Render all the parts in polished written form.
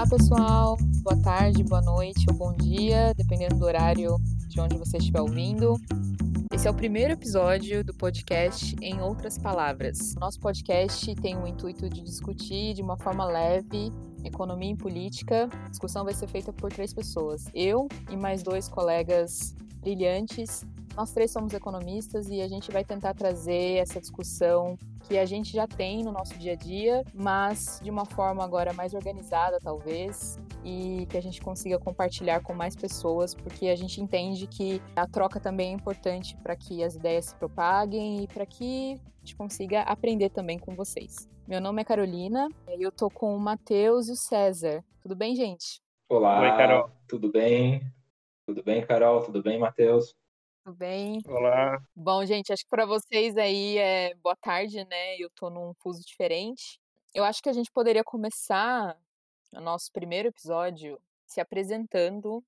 pessoal. Boa tarde, boa noite ou bom dia, dependendo do horário de onde você estiver ouvindo. Esse é o primeiro episódio do podcast Em Outras Palavras. Nosso podcast tem o intuito de discutir de uma forma leve economia e política. A discussão vai ser feita por 3 pessoas. Eu e mais 2 colegas brilhantes. Nós 3 somos economistas e a gente vai tentar trazer essa discussão que a gente já tem no nosso dia a dia, mas de uma forma agora mais organizada, talvez, e que a gente consiga compartilhar com mais pessoas, porque a gente entende que a troca também é importante para que as ideias se propaguem e para que a gente consiga aprender também com vocês. Meu nome é Carolina e eu tô com o Matheus e o César. Tudo bem, gente? Olá, Oi, Carol. tudo bem? Tudo bem, Carol? Tudo bem, Matheus? Tudo bem? Olá. Bom, gente, acho que para vocês aí é boa tarde, né? Eu tô num fuso diferente. Eu acho que a gente poderia começar o nosso primeiro episódio se apresentando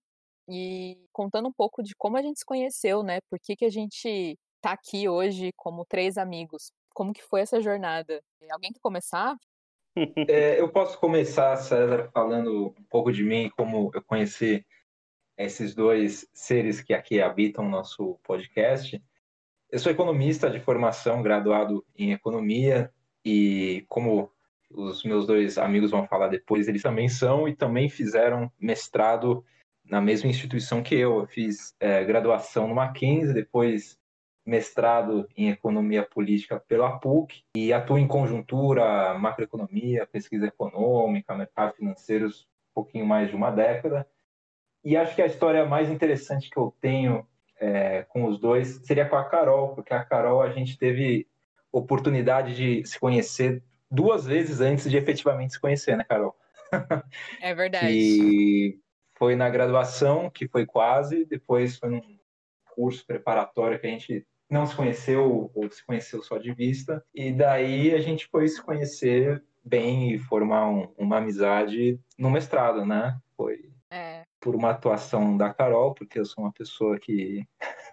e contando um pouco de como a gente se conheceu, né? Por que a gente tá aqui hoje como 3 amigos? Como que foi essa jornada? Alguém quer começar? Eu posso começar, César, falando um pouco de mim, como eu conheci esses 2 seres que aqui habitam o nosso podcast. Eu sou economista de formação, graduado em economia, e como os meus 2 amigos vão falar depois, eles também são e também fizeram mestrado na mesma instituição que eu. Eu fiz graduação no Mackenzie, depois mestrado em economia política pela PUC e atuo em conjuntura, macroeconomia, pesquisa econômica, mercados financeiros, um pouquinho mais de uma década. E acho que a história mais interessante que eu tenho com os 2 seria com a Carol, porque a Carol a gente teve oportunidade de se conhecer 2 vezes antes de efetivamente se conhecer, né, Carol? É verdade. Que foi na graduação, que foi quase, depois foi num curso preparatório que a gente não se conheceu ou se conheceu só de vista, e daí a gente foi se conhecer bem e formar uma amizade no mestrado, né? Foi por uma atuação da Carol, porque eu sou uma pessoa que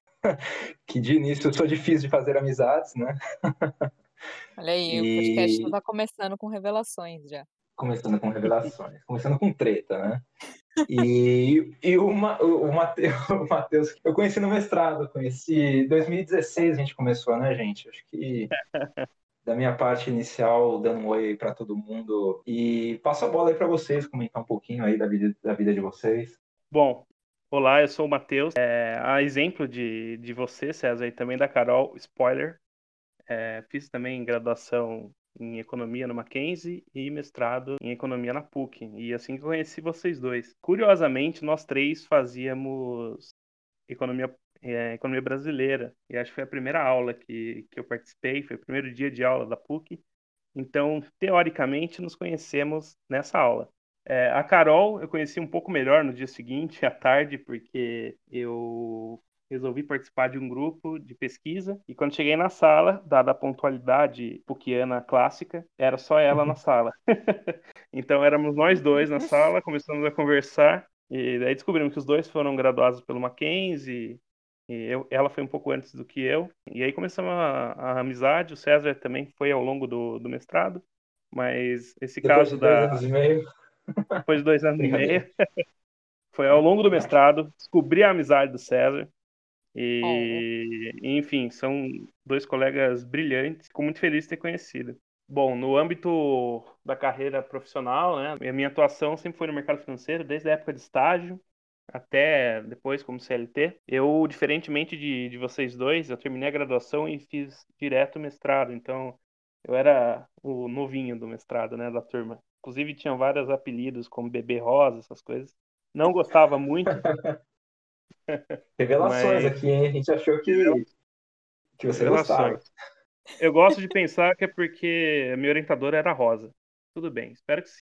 de início eu sou difícil de fazer amizades, né? Olha aí, o podcast já tá começando com revelações já. Começando com revelações, começando com treta, né? E o Matheus, eu conheci no mestrado, conheci em 2016 a gente começou, né, gente? Acho que da minha parte inicial, dando um oi para todo mundo e passo a bola aí para vocês, comentar um pouquinho aí da vida de vocês. Bom, olá, eu sou o Matheus. A exemplo de você, César, e também da Carol, spoiler, fiz também graduação em economia no Mackenzie e mestrado em economia na PUC. E assim que eu conheci vocês 2. Curiosamente, nós 3 fazíamos economia brasileira. E acho que foi a primeira aula que eu participei, foi o primeiro dia de aula da PUC. Então, teoricamente, nos conhecemos nessa aula. A Carol eu conheci um pouco melhor no dia seguinte, à tarde, porque eu resolvi participar de um grupo de pesquisa e quando cheguei na sala, dada a pontualidade puquiana clássica, era só ela na sala. Então éramos nós 2 na sala, começamos a conversar e daí descobrimos que os 2 foram graduados pelo Mackenzie e ela foi um pouco antes do que eu. E aí começamos a amizade, o César também foi ao longo do mestrado, mas esse Depois caso de 2 anos e meio. Depois de 2 anos e meio, foi ao longo do mestrado, descobri a amizade do César. Enfim, são 2 colegas brilhantes, fico muito feliz de ter conhecido. Bom, no âmbito da carreira profissional, né, a minha atuação sempre foi no mercado financeiro, desde a época de estágio até depois como CLT. Eu, diferentemente de vocês 2, eu terminei a graduação e fiz direto o mestrado, então eu era o novinho do mestrado, né, da turma. Inclusive tinha vários apelidos, como Bebê Rosa, essas coisas. Não gostava muito. Revelações Mas... aqui, hein? A gente achou que você gostava. Eu gosto de pensar que é porque a minha orientadora era rosa. Tudo bem, espero que sim.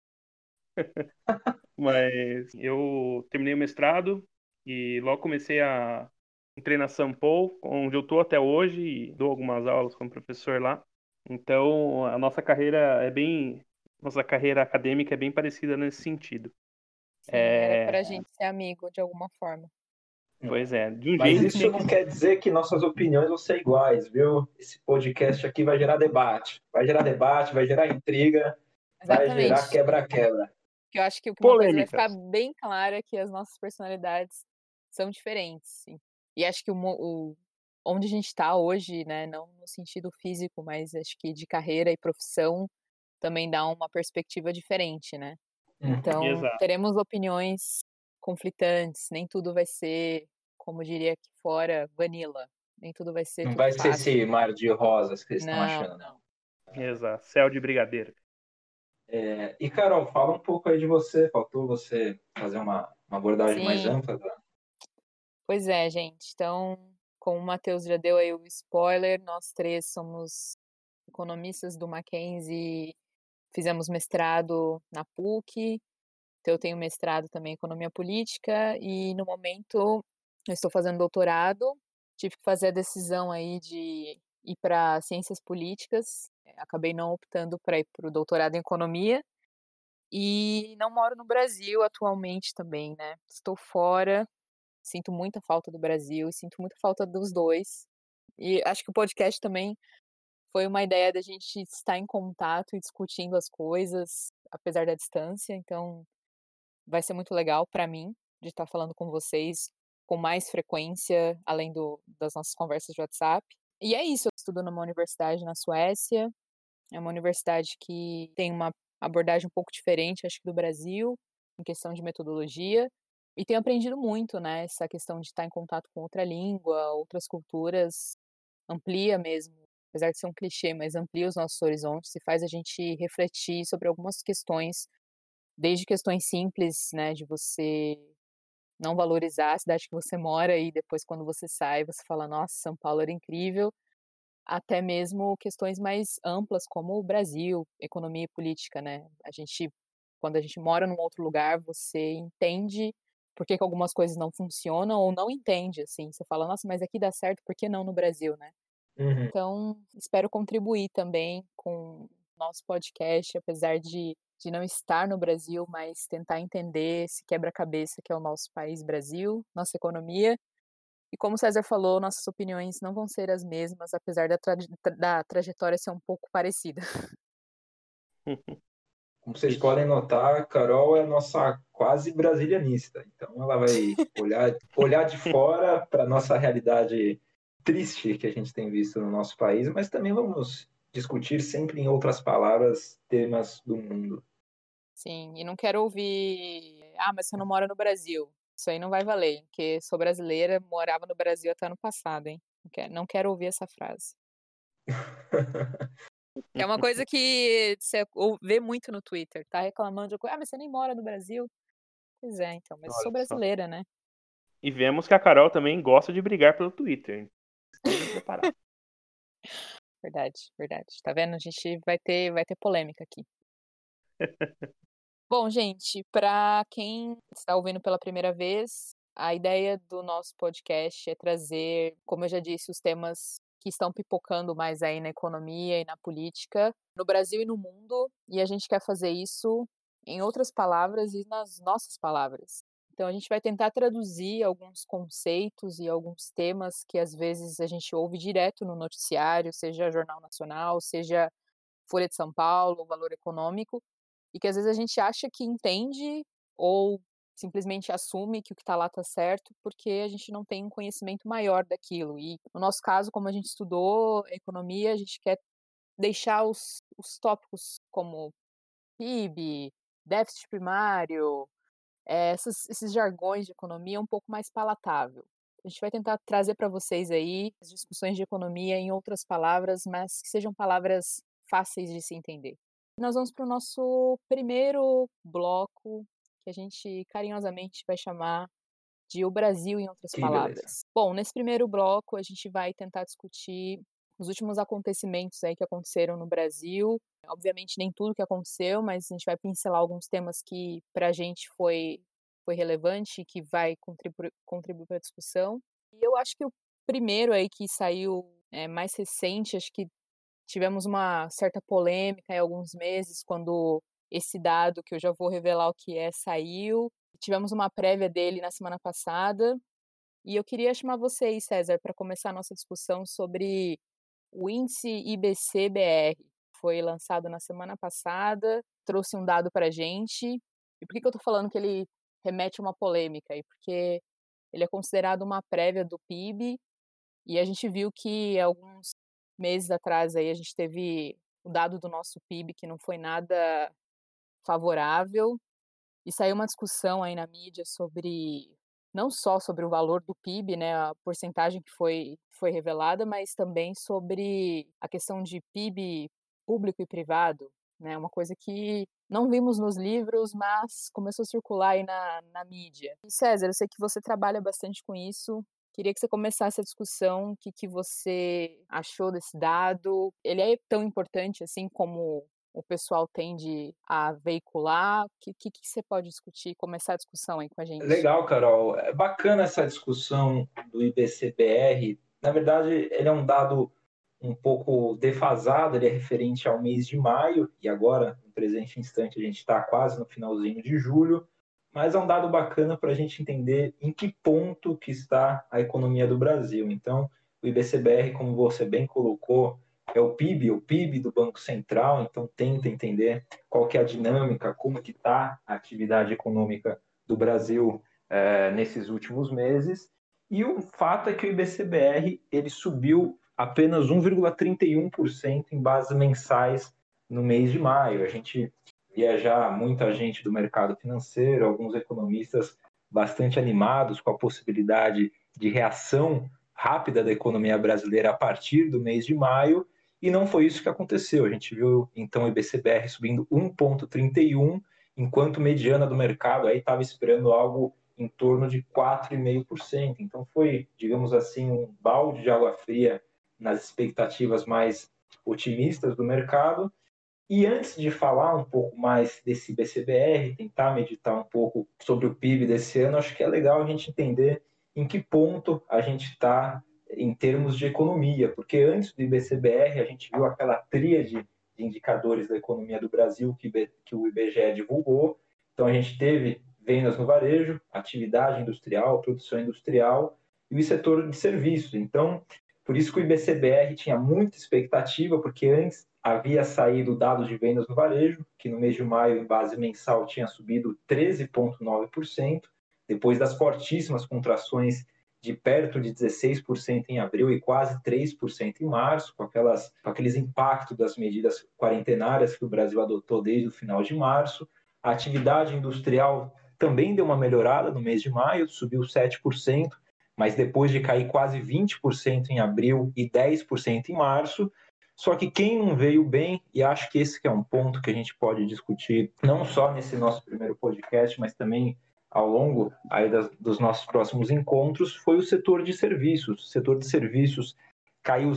Mas eu terminei o mestrado e logo comecei a entrei na São Paulo, onde eu estou até hoje e dou algumas aulas como professor lá. Então, a nossa carreira acadêmica é bem parecida nesse sentido. Sim, era pra gente ser amigo de alguma forma. Pois é, de um Mas jeito isso não quer dizer que nossas opiniões vão ser iguais, viu? Esse podcast aqui vai gerar debate. Vai gerar debate, vai gerar intriga, Exatamente. vai gerar quebra-quebra. Que eu acho que uma coisa vai ficar Polêmicas. bem clara é que as nossas personalidades são diferentes, sim. E acho que onde a gente está hoje, né, não no sentido físico, mas acho que de carreira e profissão, também dá uma perspectiva diferente, né. Então, Exato. teremos opiniões conflitantes, nem tudo vai ser, como diria aqui fora, vanilla, nem tudo vai ser Não tudo vai ser fácil. esse mar de rosas que eles estão Não, achando, não. não. Exato. Céu de brigadeiro. E, Carol, fala um pouco aí de você. Faltou você fazer uma abordagem mais Sim, ampla? pois é, gente. Então, como o Matheus já deu aí o spoiler, nós três somos economistas do Mackenzie, fizemos mestrado na PUC, então eu tenho mestrado também em economia política e no momento eu estou fazendo doutorado. Tive que fazer a decisão aí de ir para ciências políticas, acabei não optando para ir para o doutorado em economia e não moro no Brasil atualmente também, né? Estou fora, sinto muita falta do Brasil e sinto muita falta dos dois. E acho que o podcast também foi uma ideia da gente estar em contato e discutindo as coisas, apesar da distância, então vai ser muito legal para mim de estar falando com vocês com mais frequência, além das nossas conversas de WhatsApp. E é isso, eu estudo numa universidade na Suécia, é uma universidade que tem uma abordagem um pouco diferente, acho que do Brasil, em questão de metodologia, e tenho aprendido muito, né, essa questão de estar em contato com outra língua, outras culturas, amplia mesmo, apesar de ser um clichê, mas amplia os nossos horizontes e faz a gente refletir sobre algumas questões, desde questões simples, né, de você não valorizar a cidade que você mora e depois quando você sai, você fala: "Nossa, São Paulo era incrível", até mesmo questões mais amplas como o Brasil, economia e política, né. Quando a gente mora num outro lugar, você entende por que que algumas coisas não funcionam ou não entende, assim, você fala: "Nossa, mas aqui dá certo, por que não no Brasil, né?". Uhum. Então, espero contribuir também com o nosso podcast, apesar de não estar no Brasil, mas tentar entender esse quebra-cabeça que é o nosso país Brasil, nossa economia. E como o César falou, nossas opiniões não vão ser as mesmas, apesar da trajetória ser um pouco parecida. Como vocês Isso. podem notar, a Carol é nossa quase brasilianista. Então, ela vai olhar de fora para a nossa realidade triste que a gente tem visto no nosso país, mas também vamos discutir sempre em outras palavras temas do mundo. Sim, e não quero ouvir: "Ah, mas você não mora no Brasil". Isso aí não vai valer, porque sou brasileira, morava no Brasil até ano passado, hein. Não quero ouvir essa frase. Que é uma coisa que você vê muito no Twitter, tá reclamando de "Ah, mas você nem mora no Brasil". Pois é, então, mas eu sou Olha só. brasileira, né. E vemos que a Carol também gosta de brigar pelo Twitter. Esteja preparado. Verdade, verdade. Tá vendo? A gente vai ter polêmica aqui. Bom, gente, para quem está ouvindo pela primeira vez, a ideia do nosso podcast é trazer, como eu já disse, os temas que estão pipocando mais aí na economia e na política, no Brasil e no mundo, e a gente quer fazer isso em outras palavras e nas nossas palavras. Então a gente vai tentar traduzir alguns conceitos e alguns temas que às vezes a gente ouve direto no noticiário, seja Jornal Nacional, seja Folha de São Paulo, Valor Econômico, e que às vezes a gente acha que entende ou simplesmente assume que o que está lá está certo, porque a gente não tem um conhecimento maior daquilo. E no nosso caso, como a gente estudou economia, a gente quer deixar os tópicos como PIB, déficit primário, esses jargões de economia um pouco mais palatável. A gente vai tentar trazer para vocês aí as discussões de economia em outras palavras, mas que sejam palavras fáceis de se entender. Nós vamos para o nosso primeiro bloco, que a gente carinhosamente vai chamar de O Brasil em outras Que beleza. palavras. Bom, nesse primeiro bloco a gente vai tentar discutir os últimos acontecimentos aí que aconteceram no Brasil. Obviamente nem tudo que aconteceu, mas a gente vai pincelar alguns temas que para a gente foi relevante e que vai contribuir para a discussão. E eu acho que o primeiro aí que saiu, mais recente, acho que tivemos uma certa polêmica em alguns meses quando esse dado, que eu já vou revelar o que é, saiu. Tivemos uma prévia dele na semana passada, e eu queria chamar você aí, César, para começar a nossa discussão sobre o índice IBC-BR. Foi lançado na semana passada, trouxe um dado para a gente, E por que eu estou falando que ele remete a uma polêmica? Porque ele é considerado uma prévia do PIB, e a gente viu que alguns meses atrás aí a gente teve o dado do nosso PIB que não foi nada favorável, e saiu uma discussão aí na mídia sobre não só sobre o valor do PIB, né, a porcentagem que foi revelada, mas também sobre a questão de PIB público e privado, né, uma coisa que não vimos nos livros, mas começou a circular aí na mídia. E César, eu sei que você trabalha bastante com isso. Queria que você começasse a discussão, o que você achou desse dado. Ele é tão importante assim como o pessoal tende a veicular? O que você pode discutir, começar a discussão aí com a gente? Legal, Carol. É bacana essa discussão do IBCBR. Na verdade, ele é um dado um pouco defasado, ele é referente ao mês de maio, e agora, no presente instante, a gente está quase no finalzinho de julho, mas é um dado bacana para a gente entender em que ponto que está a economia do Brasil. Então, o IBCBR, como você bem colocou, é o PIB do Banco Central, então tenta entender qual que é a dinâmica, como que está a atividade econômica do Brasil nesses últimos meses. E o fato é que o IBCBR ele subiu apenas 1,31% em bases mensais no mês de maio. A gente via já muita gente do mercado financeiro, alguns economistas bastante animados com a possibilidade de reação rápida da economia brasileira a partir do mês de maio, e não foi isso que aconteceu. A gente viu então o IBCBR subindo 1,31%, enquanto a mediana do mercado aí estava esperando algo em torno de 4,5%. Então foi, digamos assim, um balde de água fria nas expectativas mais otimistas do mercado. E antes de falar um pouco mais desse BCBR, tentar meditar um pouco sobre o PIB desse ano, acho que é legal a gente entender em que ponto a gente está em termos de economia, porque antes do IBCBR a gente viu aquela tríade de indicadores da economia do Brasil que o IBGE divulgou. Então a gente teve vendas no varejo, atividade industrial, produção industrial e o setor de serviços. Então, por isso que o IBCBR tinha muita expectativa, porque antes havia saído dados de vendas no varejo, que no mês de maio, em base mensal, tinha subido 13,9%, depois das fortíssimas contrações de perto de 16% em abril e quase 3% em março, com aqueles impactos das medidas quarentenárias que o Brasil adotou desde o final de março. A atividade industrial também deu uma melhorada no mês de maio, subiu 7%, mas depois de cair quase 20% em abril e 10% em março. Só que quem não veio bem, e acho que esse que é um ponto que a gente pode discutir, não só nesse nosso primeiro podcast, mas também ao longo aí dos nossos próximos encontros, foi o setor de serviços. O setor de serviços caiu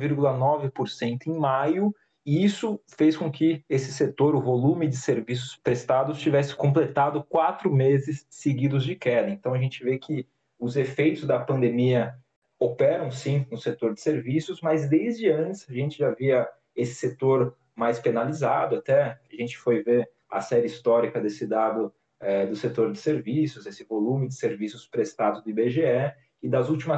0,9% em maio, e isso fez com que esse setor, o volume de serviços prestados, tivesse completado 4 meses seguidos de queda. Então a gente vê que os efeitos da pandemia operam sim no setor de serviços, mas desde antes a gente já via esse setor mais penalizado. Até a gente foi ver a série histórica desse dado do setor de serviços, esse volume de serviços prestados do IBGE, e das últimas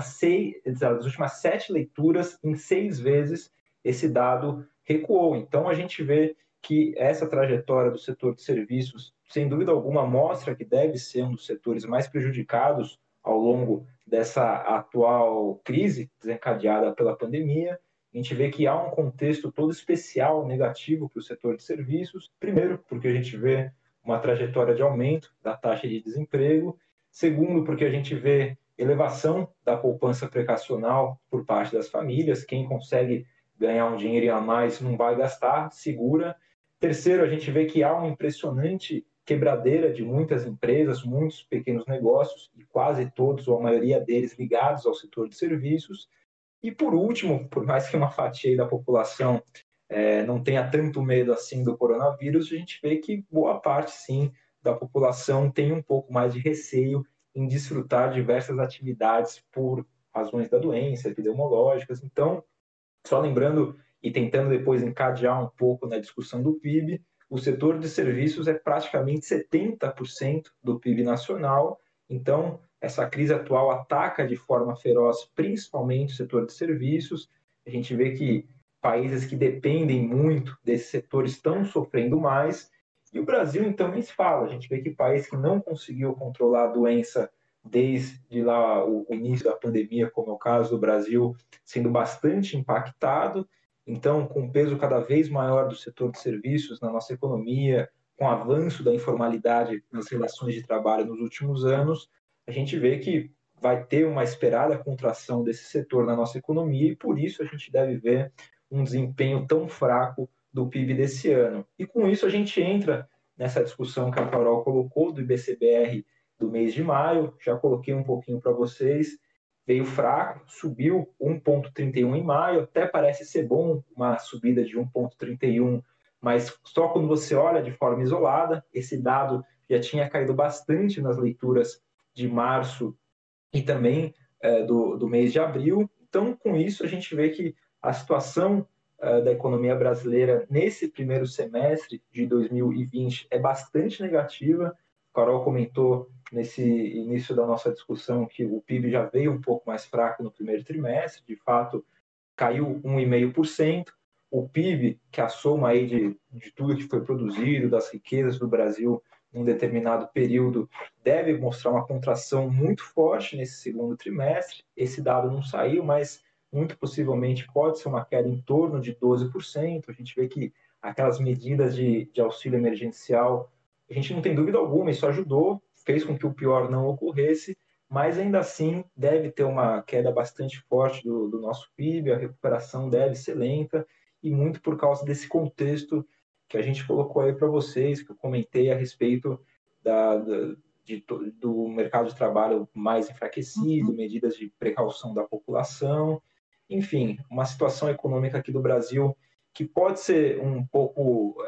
7 leituras, em 6 vezes esse dado recuou. Então a gente vê que essa trajetória do setor de serviços, sem dúvida alguma, mostra que deve ser um dos setores mais prejudicados ao longo dessa atual crise desencadeada pela pandemia. A gente vê que há um contexto todo especial negativo para o setor de serviços. Primeiro, porque a gente vê uma trajetória de aumento da taxa de desemprego. Segundo, porque a gente vê elevação da poupança precacional por parte das famílias. Quem consegue ganhar um dinheiro a mais não vai gastar, segura. Terceiro, a gente vê que há uma impressionante quebradeira de muitas empresas, muitos pequenos negócios, e quase todos, ou a maioria deles, ligados ao setor de serviços. E por último, por mais que uma fatia da população não tenha tanto medo assim do coronavírus, a gente vê que boa parte, sim, da população tem um pouco mais de receio em desfrutar diversas atividades por razões da doença, epidemiológicas. Então, só lembrando e tentando depois encadear um pouco na discussão do PIB, o setor de serviços é praticamente 70% do PIB nacional. Então, essa crise atual ataca de forma feroz principalmente o setor de serviços. A gente vê que países que dependem muito desse setor estão sofrendo mais. E o Brasil, então, nem se fala. A gente vê que país que não conseguiu controlar a doença desde lá o início da pandemia, como é o caso do Brasil, sendo bastante impactado, então, com um peso cada vez maior do setor de serviços na nossa economia, com o avanço da informalidade nas relações de trabalho nos últimos anos, a gente vê que vai ter uma esperada contração desse setor na nossa economia e, por isso, a gente deve ver um desempenho tão fraco do PIB desse ano. E com isso a gente entra nessa discussão que a Carol colocou do IBCBR do mês de maio, já coloquei um pouquinho para vocês, veio fraco, subiu 1,31 em maio, até parece ser bom uma subida de 1,31, mas só quando você olha de forma isolada, esse dado já tinha caído bastante nas leituras de março e também do mês de abril. Então, com isso, a gente vê que a situação da economia brasileira nesse primeiro semestre de 2020 é bastante negativa. A Carol comentou nesse início da nossa discussão que o PIB já veio um pouco mais fraco no primeiro trimestre, de fato, caiu 1,5%. O PIB, que é a soma aí de tudo que foi produzido, das riquezas do Brasil num determinado período, deve mostrar uma contração muito forte nesse segundo trimestre. Esse dado não saiu, mas muito possivelmente pode ser uma queda em torno de 12%. A gente vê que aquelas medidas de auxílio emergencial, a gente não tem dúvida alguma, isso ajudou, fez com que o pior não ocorresse, mas ainda assim deve ter uma queda bastante forte do nosso PIB, a recuperação deve ser lenta, e muito por causa desse contexto que a gente colocou aí para vocês, que eu comentei a respeito do mercado de trabalho mais enfraquecido, medidas de precaução da população, enfim, uma situação econômica aqui do Brasil que pode ser um pouco,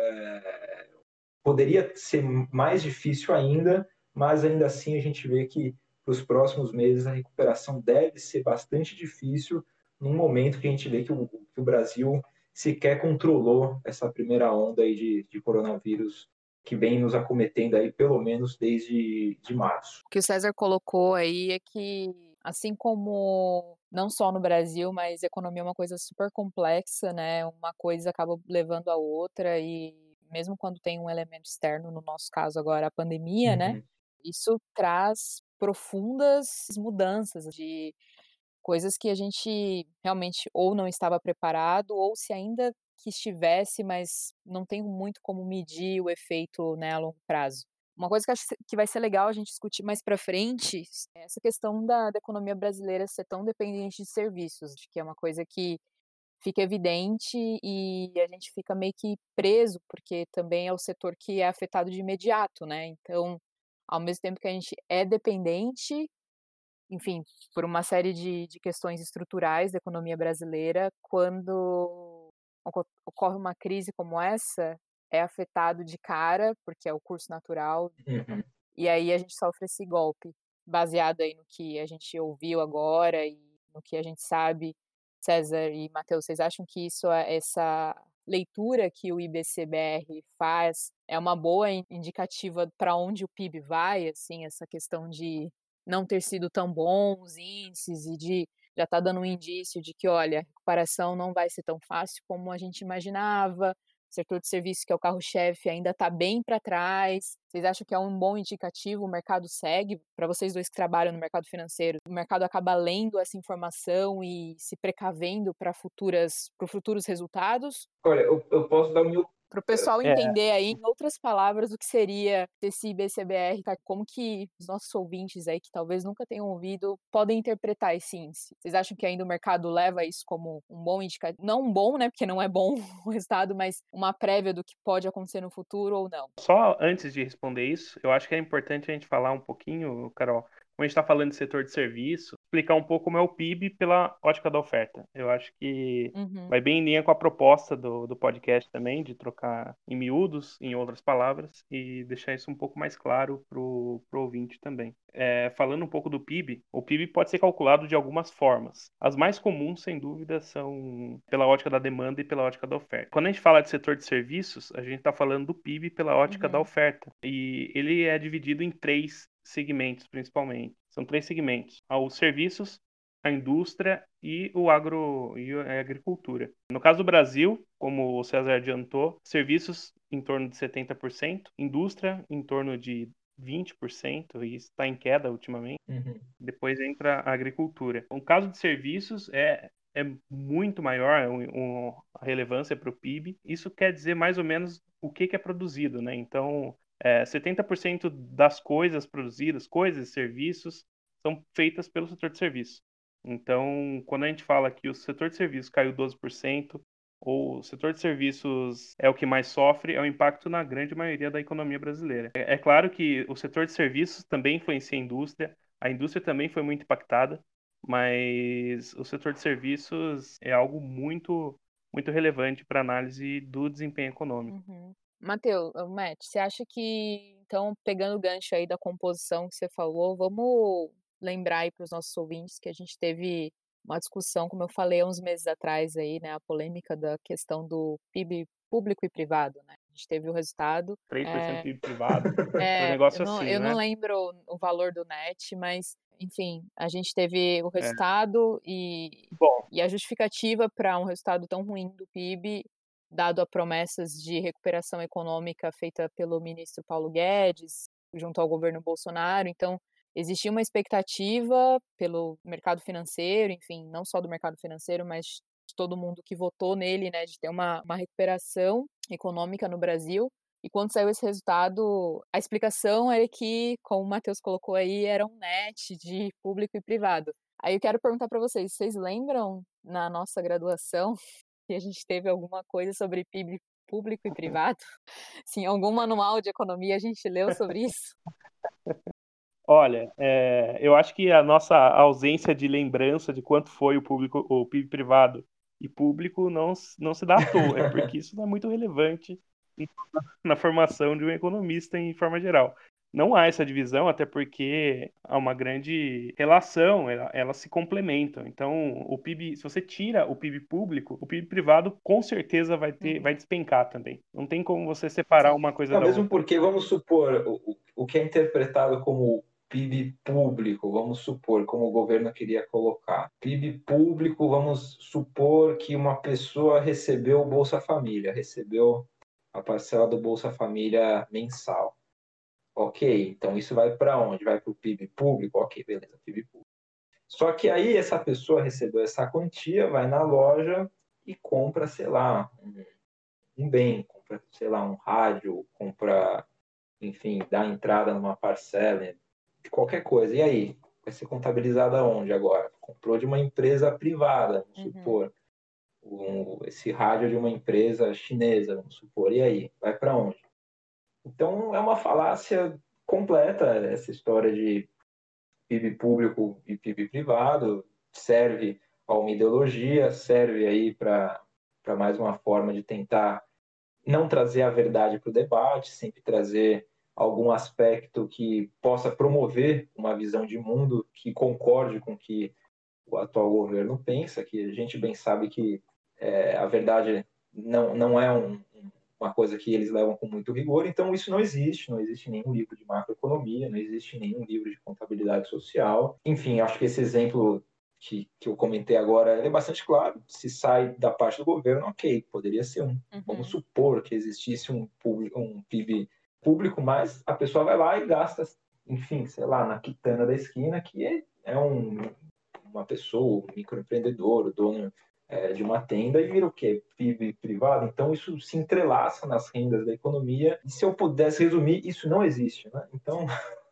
poderia ser mais difícil ainda, mas ainda assim a gente vê que para os próximos meses a recuperação deve ser bastante difícil, num momento que a gente vê que o Brasil sequer controlou essa primeira onda aí de coronavírus que vem nos acometendo aí pelo menos desde março. O que o César colocou aí é que, assim como não só no Brasil, mas economia é uma coisa super complexa, né? Uma coisa acaba levando a outra e mesmo quando tem um elemento externo, no nosso caso agora a pandemia, né? Isso traz profundas mudanças de coisas que a gente realmente ou não estava preparado ou se ainda que estivesse, mas não tem muito como medir o efeito, né, a longo prazo. Uma coisa que acho que vai ser legal a gente discutir mais para frente é essa questão da economia brasileira ser tão dependente de serviços, de que é uma coisa que fica evidente e a gente fica meio que preso, porque também é o setor que é afetado de imediato, né? Então, ao mesmo tempo que a gente é dependente, enfim, por uma série de questões estruturais da economia brasileira, quando ocorre uma crise como essa, é afetado de cara, porque é o curso natural, e aí a gente sofre esse golpe, baseado aí no que a gente ouviu agora e no que a gente sabe. César e Matheus, vocês acham que essa leitura que o IBCBR faz é uma boa indicativa para onde o PIB vai, assim, essa questão de não ter sido tão bom os índices e de já estar dando um indício de que, olha, a recuperação não vai ser tão fácil como a gente imaginava, o setor de serviços, que é o carro-chefe, ainda está bem para trás. Vocês acham que é um bom indicativo? O mercado segue? Para vocês dois que trabalham no mercado financeiro, o mercado acaba lendo essa informação e se precavendo para futuros resultados? Olha, eu posso dar o meu. Para o pessoal entender aí, em outras palavras, o que seria esse IBCBR, tá? Como que os nossos ouvintes aí, que talvez nunca tenham ouvido, podem interpretar esse índice? Vocês acham que ainda o mercado leva isso como um bom indicativo? Não um bom, né? Porque não é bom o resultado, mas uma prévia do que pode acontecer no futuro ou não? Só antes de responder isso, eu acho que é importante a gente falar um pouquinho, Carol, como a gente está falando de setor de serviço, explicar um pouco como é o PIB pela ótica da oferta. Eu acho que vai bem em linha com a proposta do podcast também, de trocar em miúdos, em outras palavras, e deixar isso um pouco mais claro pro ouvinte também. Falando um pouco do PIB, o PIB pode ser calculado de algumas formas. As mais comuns, sem dúvida, são pela ótica da demanda e pela ótica da oferta. Quando a gente fala de setor de serviços, a gente está falando do PIB pela ótica da oferta. E ele é dividido em 3 segmentos, principalmente. São 3 segmentos: os serviços, a indústria e a agricultura. No caso do Brasil, como o César adiantou, serviços em torno de 70%, indústria em torno de 20%, e isso está em queda ultimamente. Uhum. Depois entra a agricultura. No caso de serviços, é muito maior a relevância para o PIB. Isso quer dizer mais ou menos o que é produzido, né? Então, 70% das coisas produzidas, coisas e serviços, são feitas pelo setor de serviços. Então, quando a gente fala que o setor de serviços caiu 12%, ou o setor de serviços é o que mais sofre, é o impacto na grande maioria da economia brasileira. É claro que o setor de serviços também influencia a indústria também foi muito impactada, mas o setor de serviços é algo muito, muito relevante para a análise do desempenho econômico. Uhum. Matheus, Matt, você acha que, então, pegando o gancho aí da composição que você falou, vamos lembrar aí para os nossos ouvintes que a gente teve uma discussão, como eu falei há uns meses atrás aí, né, a polêmica da questão do PIB público e privado, né? A gente teve o resultado. 3% PIB privado, é um Eu negócio não, assim, eu não né? lembro o valor do NET, mas, enfim, a gente teve o É. resultado Bom, e a justificativa para um resultado tão ruim do PIB, dado a promessas de recuperação econômica feita pelo ministro Paulo Guedes, junto ao governo Bolsonaro. Então, existia uma expectativa pelo mercado financeiro, enfim, não só do mercado financeiro, mas de todo mundo que votou nele, né, de ter uma recuperação econômica no Brasil. E quando saiu esse resultado, a explicação era que, como o Matheus colocou aí, era um net de público e privado. Aí eu quero perguntar para vocês lembram na nossa graduação que a gente teve alguma coisa sobre PIB público e privado? Sim, algum manual de economia a gente leu sobre isso? olha, eu acho que a nossa ausência de lembrança de quanto foi o PIB privado e público não se dá à toa, é porque isso não é muito relevante na formação de um economista em forma geral. Não há essa divisão, até porque há uma grande relação, elas se complementam. Então, o PIB, se você tira o PIB público, o PIB privado com certeza vai despencar também. Não tem como você separar Sim. uma coisa Não, da mesmo outra. porque, vamos supor, o que é interpretado como PIB público, vamos supor, como o governo queria colocar. PIB público, vamos supor que uma pessoa recebeu o Bolsa Família, recebeu a parcela do Bolsa Família mensal. Ok, então isso vai para onde? Vai para o PIB público? Ok, beleza, PIB público. Só que aí essa pessoa recebeu essa quantia, vai na loja e compra, sei lá, um bem, compra, sei lá, um rádio, compra, enfim, dá entrada numa parcela, de qualquer coisa. E aí? Vai ser contabilizado aonde agora? Comprou de uma empresa privada, vamos supor. Esse rádio é de uma empresa chinesa, vamos supor. E aí? Vai para onde? Então, é uma falácia completa essa história de PIB público e PIB privado. Serve a uma ideologia, serve aí para mais uma forma de tentar não trazer a verdade para o debate, sempre trazer algum aspecto que possa promover uma visão de mundo que concorde com o que o atual governo pensa, que a gente bem sabe que a verdade não é uma coisa que eles levam com muito rigor, então isso não existe nenhum livro de macroeconomia, não existe nenhum livro de contabilidade social. Enfim, acho que esse exemplo que eu comentei agora é bastante claro. Se sai da parte do governo, ok, poderia ser vamos supor que existisse um PIB público, mas a pessoa vai lá e gasta, enfim, sei lá, na quitanda da esquina, que uma pessoa, um microempreendedor, o dono de uma tenda, e vira o quê? PIB privado. Então, isso se entrelaça nas rendas da economia. E se eu pudesse resumir, isso não existe, né? Então,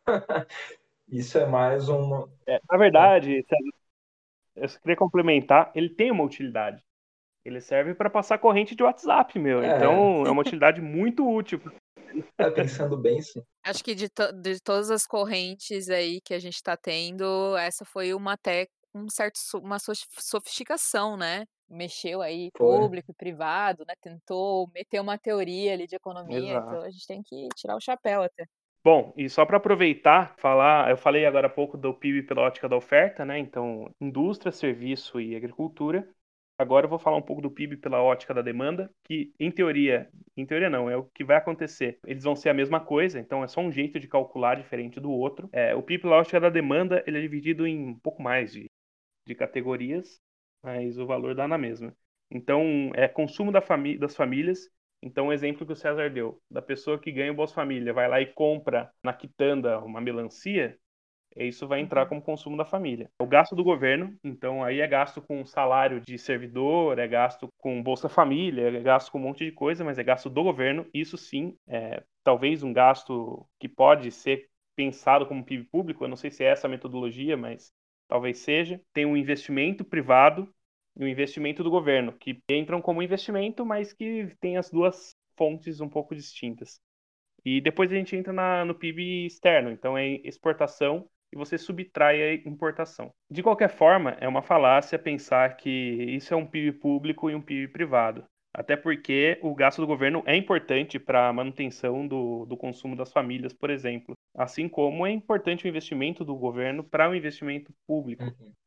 isso é mais uma... Na verdade, eu só queria complementar, ele tem uma utilidade. Ele serve para passar corrente de WhatsApp, meu. Então, é uma utilidade muito útil. Pensando bem, sim. Acho que de todas as correntes aí que a gente está tendo, essa foi uma até uma sofisticação, né? Mexeu aí Foi. público e privado, né? Tentou meter uma teoria ali de economia, Exato. então a gente tem que tirar o chapéu até. Bom, e só para aproveitar, eu falei agora há pouco do PIB pela ótica da oferta, né? Então, indústria, serviço e agricultura. Agora eu vou falar um pouco do PIB pela ótica da demanda, que em teoria não, é o que vai acontecer. Eles vão ser a mesma coisa, então é só um jeito de calcular diferente do outro. O PIB pela ótica da demanda, ele é dividido em um pouco mais de categorias, mas o valor dá na mesma. Então, é consumo das famílias Então, o exemplo que o César deu, da pessoa que ganha o Bolsa Família, vai lá e compra na quitanda uma melancia, isso vai entrar como consumo da família. O gasto do governo, então aí é gasto com salário de servidor, é gasto com Bolsa Família, é gasto com um monte de coisa, mas é gasto do governo. Isso sim, é talvez um gasto que pode ser pensado como PIB público, eu não sei se é essa a metodologia, mas talvez seja. Tem um investimento privado e um investimento do governo, que entram como investimento, mas que tem as duas fontes um pouco distintas. E depois a gente entra no PIB externo, então é exportação e você subtrai a importação. De qualquer forma, é uma falácia pensar que isso é um PIB público e um PIB privado. Até porque o gasto do governo é importante para a manutenção do consumo das famílias, por exemplo. Assim como é importante o investimento do governo para o investimento público,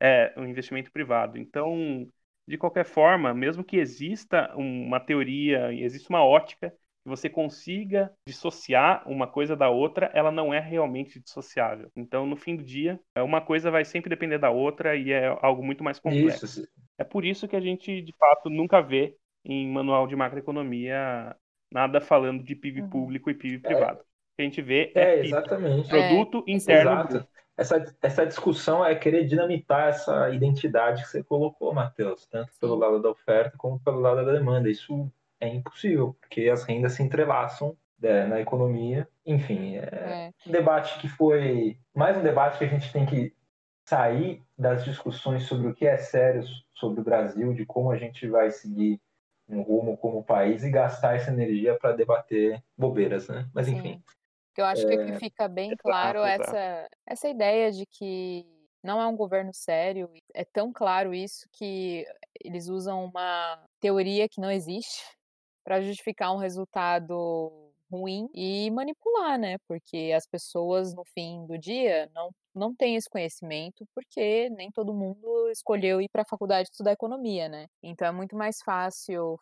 o investimento privado. Então, de qualquer forma, mesmo que exista uma teoria, exista uma ótica que você consiga dissociar uma coisa da outra, ela não é realmente dissociável. Então, no fim do dia, uma coisa vai sempre depender da outra e é algo muito mais complexo. Isso. É por isso que a gente, de fato, nunca vê em manual de macroeconomia nada falando de PIB público e PIB privado. O que a gente vê é PIB, Exatamente. Produto Interno Bruto. Exato. Essa discussão é querer dinamitar essa identidade que você colocou, Matheus, tanto pelo lado da oferta como pelo lado da demanda. Isso é impossível, porque as rendas se entrelaçam na economia. Enfim, um debate que foi mais um debate que a gente tem que sair das discussões sobre o que é sério sobre o Brasil, de como a gente vai seguir um rumo como país e gastar essa energia para debater bobeiras, né? Mas enfim. Eu acho que o que fica bem claro é essa ideia de que não é um governo sério. É tão claro isso que eles usam uma teoria que não existe para justificar um resultado ruim e manipular, né? Porque as pessoas, no fim do dia, não têm esse conhecimento, porque nem todo mundo escolheu ir para a faculdade estudar economia, né? Então é muito mais fácil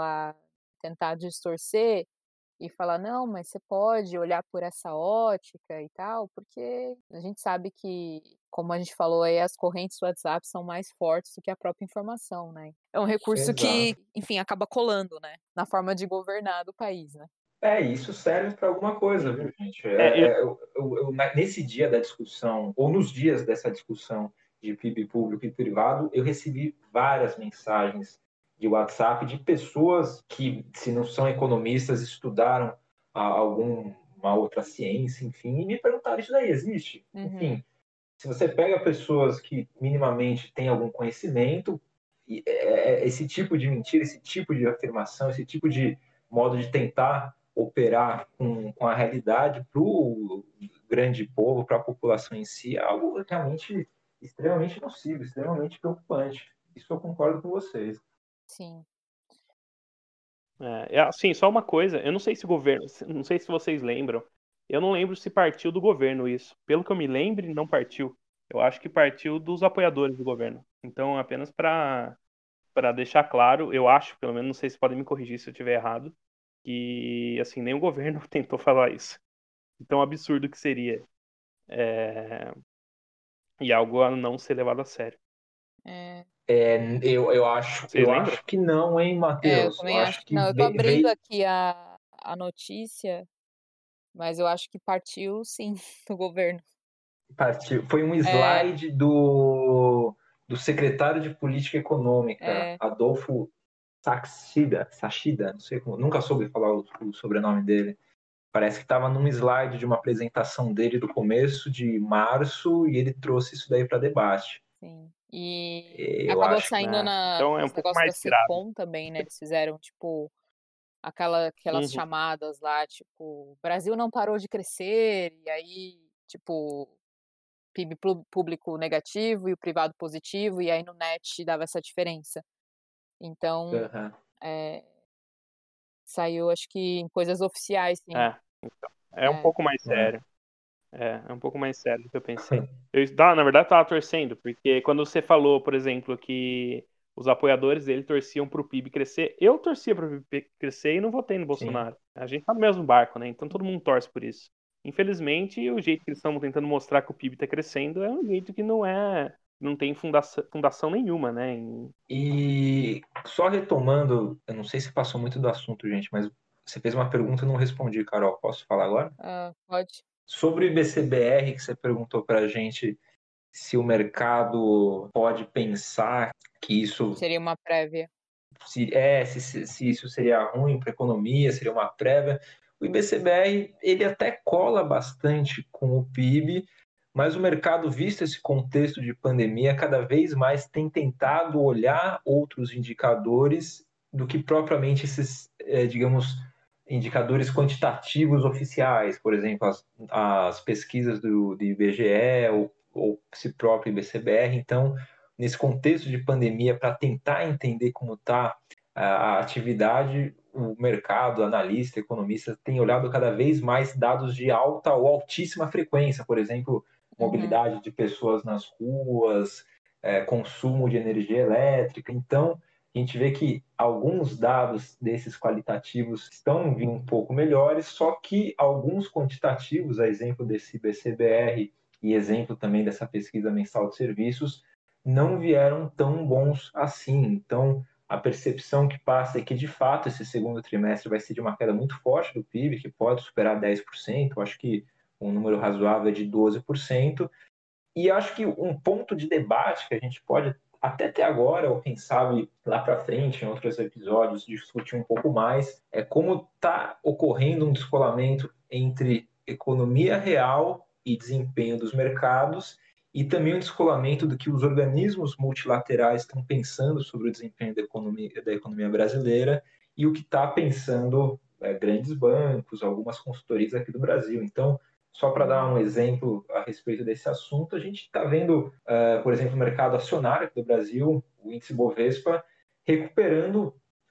tentar distorcer e falar: "Não, mas você pode olhar por essa ótica e tal", porque a gente sabe que, como a gente falou aí, as correntes do WhatsApp são mais fortes do que a própria informação, né. É um recurso que, enfim, acaba colando, né, na forma de governar do país, né. Isso serve para alguma coisa, viu, gente? Nesse dia da discussão, ou nos dias dessa discussão de PIB público e privado, eu recebi várias mensagens de WhatsApp de pessoas que, se não são economistas, estudaram alguma outra ciência, enfim, e me perguntaram: isso daí existe? Enfim, se você pega pessoas que minimamente têm algum conhecimento, esse tipo de mentira, esse tipo de afirmação, esse tipo de modo de tentar operar com a realidade para o grande povo, para a população em si, é algo realmente extremamente nocivo, extremamente preocupante. Isso eu concordo com vocês. Sim. Assim, só uma coisa, eu não sei se o governo, não sei se vocês lembram, eu não lembro se partiu do governo isso. Pelo que eu me lembre, não partiu. Eu acho que partiu dos apoiadores do governo. Então, apenas para deixar claro, eu acho, pelo menos, não sei se podem me corrigir se eu estiver errado, que assim, nem o governo tentou falar isso. Então, absurdo que seria. E algo a não ser levado a sério. Eu acho que não, hein, Matheus? Eu também acho que não. Eu tô abrindo aqui a notícia, mas eu acho que partiu sim do governo. Partiu. Foi um slide do secretário de Política Econômica, Adolfo Sachida, não sei como, nunca soube falar o sobrenome dele. Parece que estava num slide de uma apresentação dele do começo de março e ele trouxe isso daí para debate. Sim. E acabou saindo então é um pouco mais da Secom também, né? Eles fizeram, tipo, aquelas chamadas lá, tipo, o Brasil não parou de crescer, e aí, tipo, PIB público negativo e o privado positivo, e aí no net dava essa diferença. Então, saiu, acho que em coisas oficiais, sim. Então, é um pouco mais sério. É um pouco mais sério do que eu pensei. Na verdade, eu tava torcendo, porque quando você falou, por exemplo, que os apoiadores dele torciam pro PIB crescer, eu torcia pro PIB crescer e não votei no Bolsonaro. Sim. A gente tá no mesmo barco, né? Então todo mundo torce por isso. Infelizmente, o jeito que eles estão tentando mostrar que o PIB tá crescendo é um jeito que não tem fundação nenhuma, né? E só retomando, eu não sei se passou muito do assunto, gente, mas você fez uma pergunta e não respondi, Carol. Posso falar agora? Pode. Sobre o IBCBR, que você perguntou para a gente se o mercado pode pensar que isso Seria uma prévia. se isso seria ruim para a economia, seria uma prévia. O IBCBR ele até cola bastante com o PIB, mas o mercado, visto esse contexto de pandemia, cada vez mais tem tentado olhar outros indicadores do que propriamente esses, digamos, indicadores quantitativos oficiais, por exemplo, as pesquisas do IBGE ou esse próprio IBCBR. Então, nesse contexto de pandemia, para tentar entender como está a atividade, o mercado, analista, economista, tem olhado cada vez mais dados de alta ou altíssima frequência, por exemplo, mobilidade de pessoas nas ruas, consumo de energia elétrica. Então, a gente vê que alguns dados desses qualitativos estão vindo um pouco melhores, só que alguns quantitativos, a exemplo desse BCBR e exemplo também dessa pesquisa mensal de serviços, não vieram tão bons assim. Então, a percepção que passa é que, de fato, esse segundo trimestre vai ser de uma queda muito forte do PIB, que pode superar 10%. Eu acho que um número razoável é de 12%. E acho que um ponto de debate que a gente pode até ter agora, ou quem sabe lá para frente, em outros episódios, discutir um pouco mais, é como está ocorrendo um descolamento entre economia real e desempenho dos mercados, e também um descolamento do que os organismos multilaterais estão pensando sobre o desempenho da economia brasileira e o que está pensando grandes bancos, algumas consultorias aqui do Brasil. Então, só para dar um exemplo a respeito desse assunto, a gente está vendo, por exemplo, o mercado acionário do Brasil, o índice Bovespa, recuperando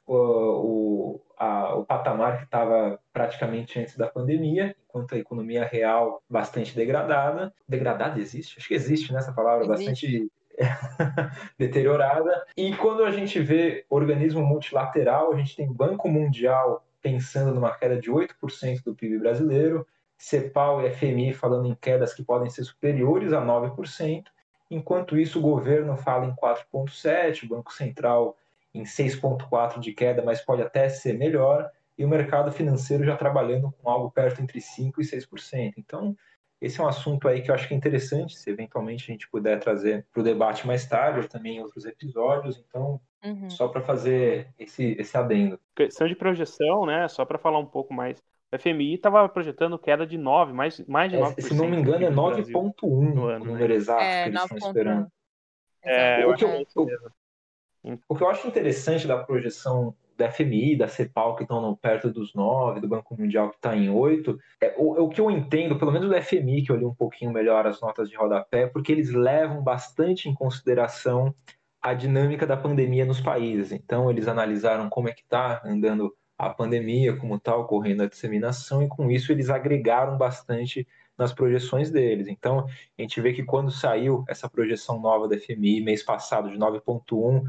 o patamar que estava praticamente antes da pandemia, enquanto a economia real bastante degradada. Degradada existe? Acho que existe, né, essa palavra, Existe. bastante deteriorada. E quando a gente vê organismo multilateral, a gente tem Banco Mundial pensando numa queda de 8% do PIB brasileiro, CEPAL e FMI falando em quedas que podem ser superiores a 9%, enquanto isso o governo fala em 4,7%, o Banco Central em 6,4% de queda, mas pode até ser melhor, e o mercado financeiro já trabalhando com algo perto entre 5% e 6%. Então, esse é um assunto aí que eu acho que é interessante, se eventualmente a gente puder trazer para o debate mais tarde, ou também em outros episódios. Então, só para fazer esse adendo. Questão de projeção, né? Só para falar um pouco mais. O FMI estava projetando queda de 9, mais de 9% Se não me engano, é 9,1 o número exato que eles estão esperando. Eu acho que é isso mesmo. O que eu acho interessante da projeção da FMI, da CEPAL, que estão perto dos 9, do Banco Mundial, que está em 8, o que eu entendo, pelo menos do FMI, que eu li um pouquinho melhor as notas de rodapé, porque eles levam bastante em consideração a dinâmica da pandemia nos países. Então, eles analisaram como é que está andando a pandemia, como está ocorrendo a disseminação, e com isso eles agregaram bastante nas projeções deles. Então, a gente vê que quando saiu essa projeção nova da FMI, mês passado, de 9,1,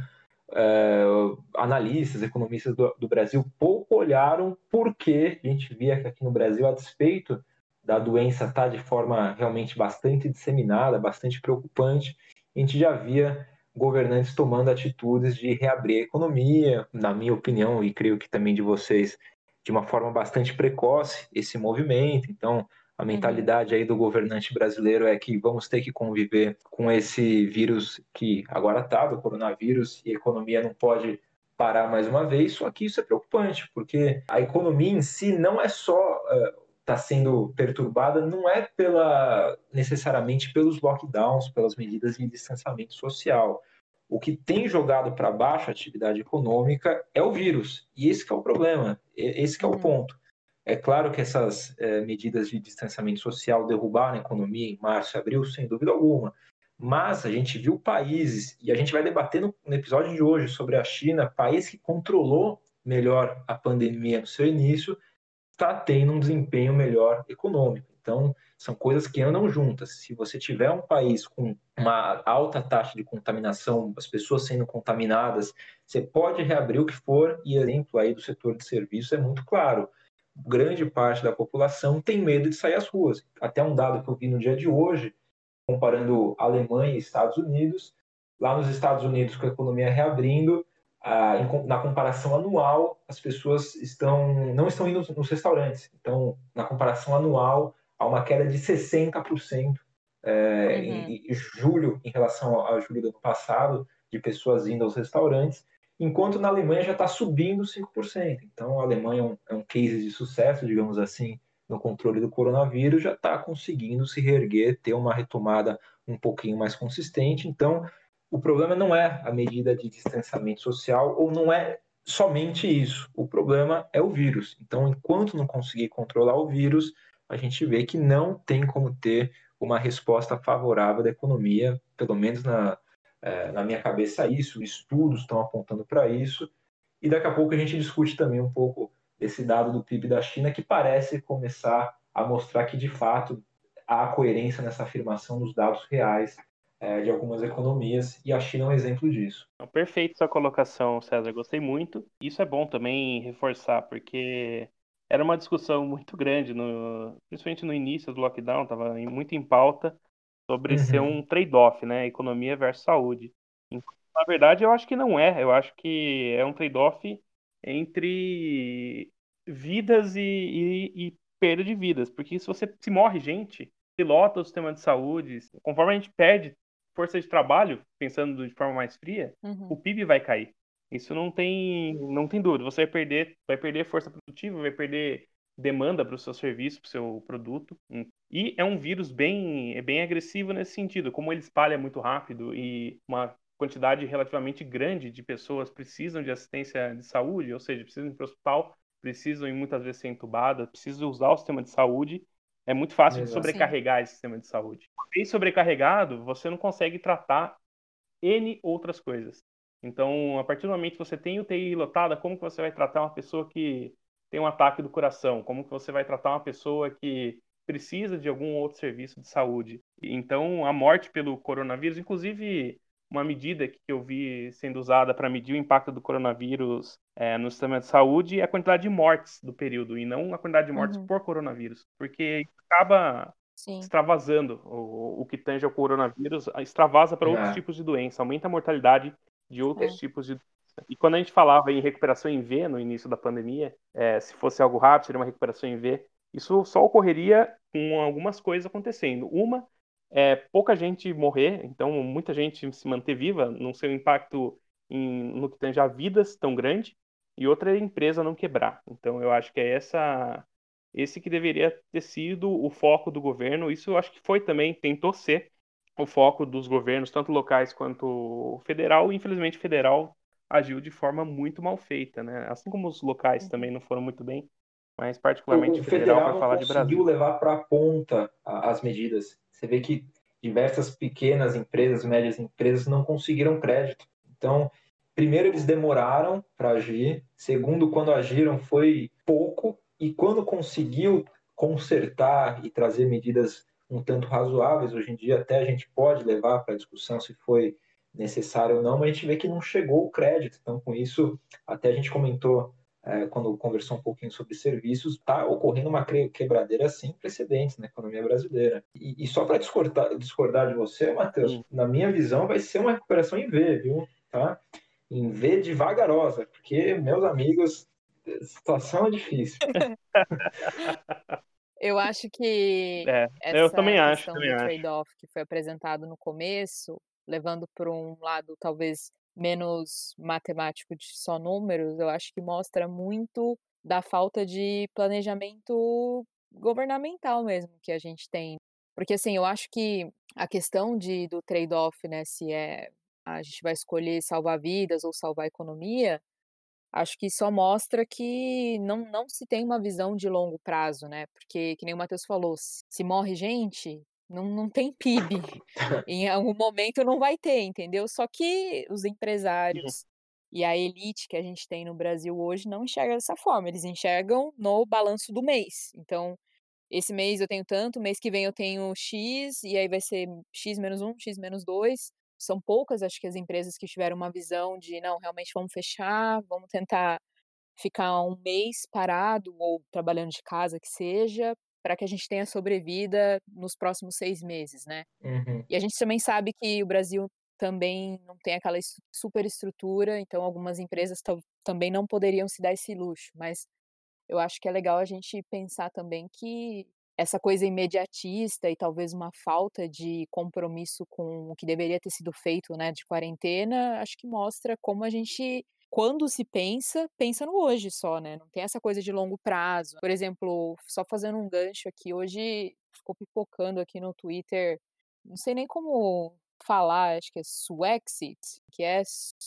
analistas, economistas do Brasil pouco olharam, porque a gente via que aqui no Brasil, a despeito da doença estar de forma realmente bastante disseminada, bastante preocupante, a gente já via governantes tomando atitudes de reabrir a economia, na minha opinião, e creio que também de vocês, de uma forma bastante precoce, esse movimento. Então, a mentalidade aí do governante brasileiro é que vamos ter que conviver com esse vírus que agora está, do coronavírus, e a economia não pode parar mais uma vez, só que isso é preocupante, porque a economia em si não é só está sendo perturbada, não é necessariamente pelos lockdowns, pelas medidas de distanciamento social. O que tem jogado para baixo a atividade econômica é o vírus, e esse que é o problema, esse que é o ponto. É claro que essas medidas de distanciamento social derrubaram a economia em março e abril, sem dúvida alguma. Mas a gente viu países, e a gente vai debater no episódio de hoje sobre a China, país que controlou melhor a pandemia no seu início, está tendo um desempenho melhor econômico. Então, são coisas que andam juntas. Se você tiver um país com uma alta taxa de contaminação, as pessoas sendo contaminadas, você pode reabrir o que for, e exemplo aí do setor de serviços é muito claro. Grande parte da população tem medo de sair às ruas. Até um dado que eu vi no dia de hoje, comparando Alemanha e Estados Unidos, lá nos Estados Unidos, com a economia reabrindo, na comparação anual, as pessoas não estão indo nos restaurantes. Então, na comparação anual, há uma queda de 60% em julho, em relação a julho do ano passado, de pessoas indo aos restaurantes, enquanto na Alemanha já está subindo 5%. Então, a Alemanha é um case de sucesso, digamos assim, no controle do coronavírus, já está conseguindo se reerguer, ter uma retomada um pouquinho mais consistente. Então, o problema não é a medida de distanciamento social, ou não é somente isso. O problema é o vírus. Então, enquanto não conseguir controlar o vírus, a gente vê que não tem como ter uma resposta favorável da economia, pelo menos na minha cabeça é isso, estudos estão apontando para isso, e daqui a pouco a gente discute também um pouco esse dado do PIB da China, que parece começar a mostrar que, de fato, há coerência nessa afirmação nos dados reais de algumas economias, e a China é um exemplo disso. Perfeito sua colocação, César. Gostei muito. Isso é bom também reforçar, porque era uma discussão muito grande, principalmente no início do lockdown, estava muito em pauta sobre ser um trade-off, né? Economia versus saúde. Na verdade, eu acho que não é. Eu acho que é um trade-off entre vidas e perda de vidas. Porque se morre gente, pilota o sistema de saúde, conforme a gente perde força de trabalho, pensando de forma mais fria, o PIB vai cair. Isso não tem dúvida. Você vai perder força produtiva, vai perder demanda para o seu serviço, para o seu produto. E é um vírus bem agressivo nesse sentido, como ele espalha muito rápido e uma quantidade relativamente grande de pessoas precisam de assistência de saúde, ou seja, precisam ir para o hospital, precisam ir muitas vezes ser entubadas, precisam usar o sistema de saúde. É muito fácil de sobrecarregar esse sistema de saúde. Bem sobrecarregado, você não consegue tratar N outras coisas. Então, a partir do momento que você tem UTI lotada, como que você vai tratar uma pessoa que tem um ataque do coração? Como que você vai tratar uma pessoa que precisa de algum outro serviço de saúde? Então, a morte pelo coronavírus, inclusive uma medida que eu vi sendo usada para medir o impacto do coronavírus no sistema de saúde é a quantidade de mortes do período, e não a quantidade de mortes por coronavírus, porque acaba extravasando o que tange ao coronavírus, extravasa para outros tipos de doença, aumenta a mortalidade de outros tipos de doença. E quando a gente falava em recuperação em V no início da pandemia, se fosse algo rápido, seria uma recuperação em V, isso só ocorreria com algumas coisas acontecendo. Uma é pouca gente morrer, então muita gente se manter viva, não ser um impacto no que tange a vidas tão grande, e outra é a empresa não quebrar. Então eu acho que é esse que deveria ter sido o foco do governo. Isso eu acho que foi também, tentou ser o foco dos governos, tanto locais quanto federal, e infelizmente o federal agiu de forma muito mal feita, né? Assim como os locais também não foram muito bem, mas particularmente O o federal, federal para não falar de conseguiu Brasil. levar para a ponta as medidas. Você vê que diversas pequenas empresas, médias empresas não conseguiram crédito. Então, primeiro, eles demoraram para agir. Segundo, quando agiram foi pouco. E quando conseguiu consertar e trazer medidas um tanto razoáveis, hoje em dia até a gente pode levar para a discussão se foi necessário ou não, mas a gente vê que não chegou o crédito. Então, com isso, até a gente comentou quando conversou um pouquinho sobre serviços, está ocorrendo uma quebradeira sem precedentes na economia brasileira. E só para discordar de você, Matheus, na minha visão vai ser uma recuperação em V, viu? Tá? Em V de vagarosa, porque, meus amigos, a situação é difícil. Eu acho que Eu essa também acho, questão também do acho. trade-off que foi apresentado no começo, levando por um lado talvez menos matemático de só números, eu acho que mostra muito da falta de planejamento governamental mesmo que a gente tem. Porque assim, eu acho que a questão do trade-off, né, se a gente vai escolher salvar vidas ou salvar a economia, acho que só mostra que não se tem uma visão de longo prazo, né, porque que nem o Matheus falou, se morre gente, não tem PIB, em algum momento não vai ter, entendeu. Só que os empresários e a elite que a gente tem no Brasil hoje não enxerga dessa forma, eles enxergam no balanço do mês. Então, esse mês eu tenho tanto, mês que vem eu tenho X, e aí vai ser X menos um, X menos 2. São poucas, acho que as empresas que tiveram uma visão de: "Não, realmente vamos fechar, vamos tentar ficar um mês parado ou trabalhando de casa que seja, para que a gente tenha sobrevida nos próximos 6 meses", né. Uhum. E a gente também sabe que o Brasil também não tem aquela superestrutura, então algumas empresas também não poderiam se dar esse luxo, mas eu acho que é legal a gente pensar também que essa coisa imediatista e talvez uma falta de compromisso com o que deveria ter sido feito, né, de quarentena, acho que mostra como a gente, quando se pensa, pensa no hoje só, né, não tem essa coisa de longo prazo. Por exemplo, só fazendo um gancho aqui, hoje ficou pipocando aqui no Twitter, não sei nem como falar, acho que é Swexit, que é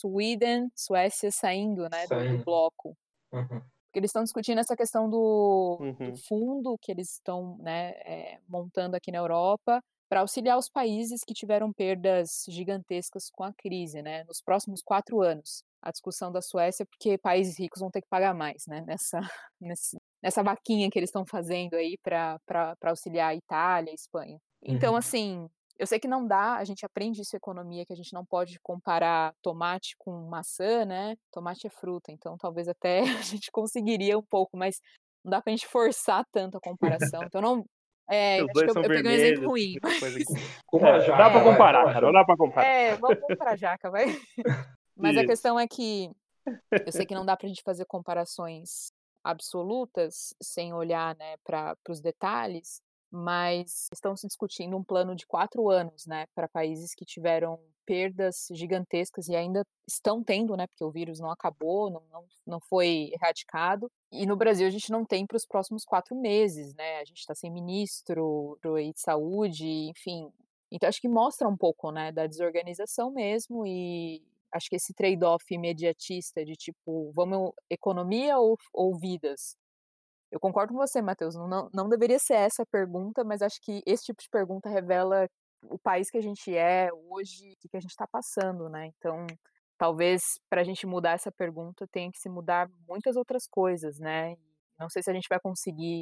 Suécia saindo, né, do Saindo. bloco. Uhum. Porque eles estão discutindo essa questão do Uhum. fundo que eles estão, né, montando aqui na Europa para auxiliar os países que tiveram perdas gigantescas com a crise, né, nos próximos 4 anos. A discussão da Suécia, porque países ricos vão ter que pagar mais, né, nessa vaquinha que eles estão fazendo aí para auxiliar a Itália, a Espanha. Então, Uhum. assim, eu sei que não dá, a gente aprende isso em economia, que a gente não pode comparar tomate com maçã, né, tomate é fruta, então talvez até a gente conseguiria um pouco, mas não dá pra gente forçar tanto a comparação, então não Os acho que dois eu são eu peguei um exemplo vermelhos, ruim, muita coisa. Com uma Dá pra jaca, é, vai, com comparar, uma Carol, jaca. dá pra comparar. vamos pra jaca, vai. Mas a Isso. questão é que eu sei que não dá pra gente fazer comparações absolutas sem olhar, né, para os detalhes, mas estão se discutindo um plano de 4 anos, né, para países que tiveram perdas gigantescas e ainda estão tendo, né, porque o vírus não acabou, não foi erradicado. E no Brasil a gente não tem para os próximos 4 meses, né, a gente está sem ministro aí de saúde, enfim. Então acho que mostra um pouco, né, da desorganização mesmo e acho que esse trade-off imediatista de tipo, vamos economia ou vidas? Eu concordo com você, Matheus, não deveria ser essa a pergunta, mas acho que esse tipo de pergunta revela o país que a gente é hoje, o que a gente está passando, né? Então, talvez para a gente mudar essa pergunta tenha que se mudar muitas outras coisas, né? Não sei se a gente vai conseguir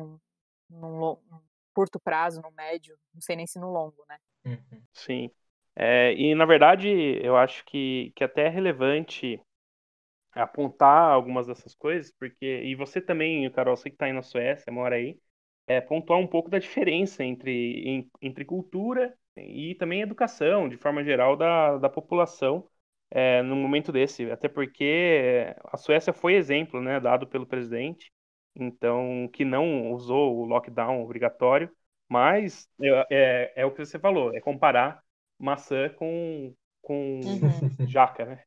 num curto prazo, no médio, não sei nem se no longo, né? Uhum. Sim. E na verdade, eu acho que até é relevante apontar algumas dessas coisas, porque, e você também, Carol, você que está aí na Suécia, mora aí, pontuar um pouco da diferença entre cultura e também educação, de forma geral, da população no momento desse. Até porque a Suécia foi exemplo, né, dado pelo presidente, então, que não usou o lockdown obrigatório, mas é o que você falou, é comparar maçã com Uhum. jaca, né?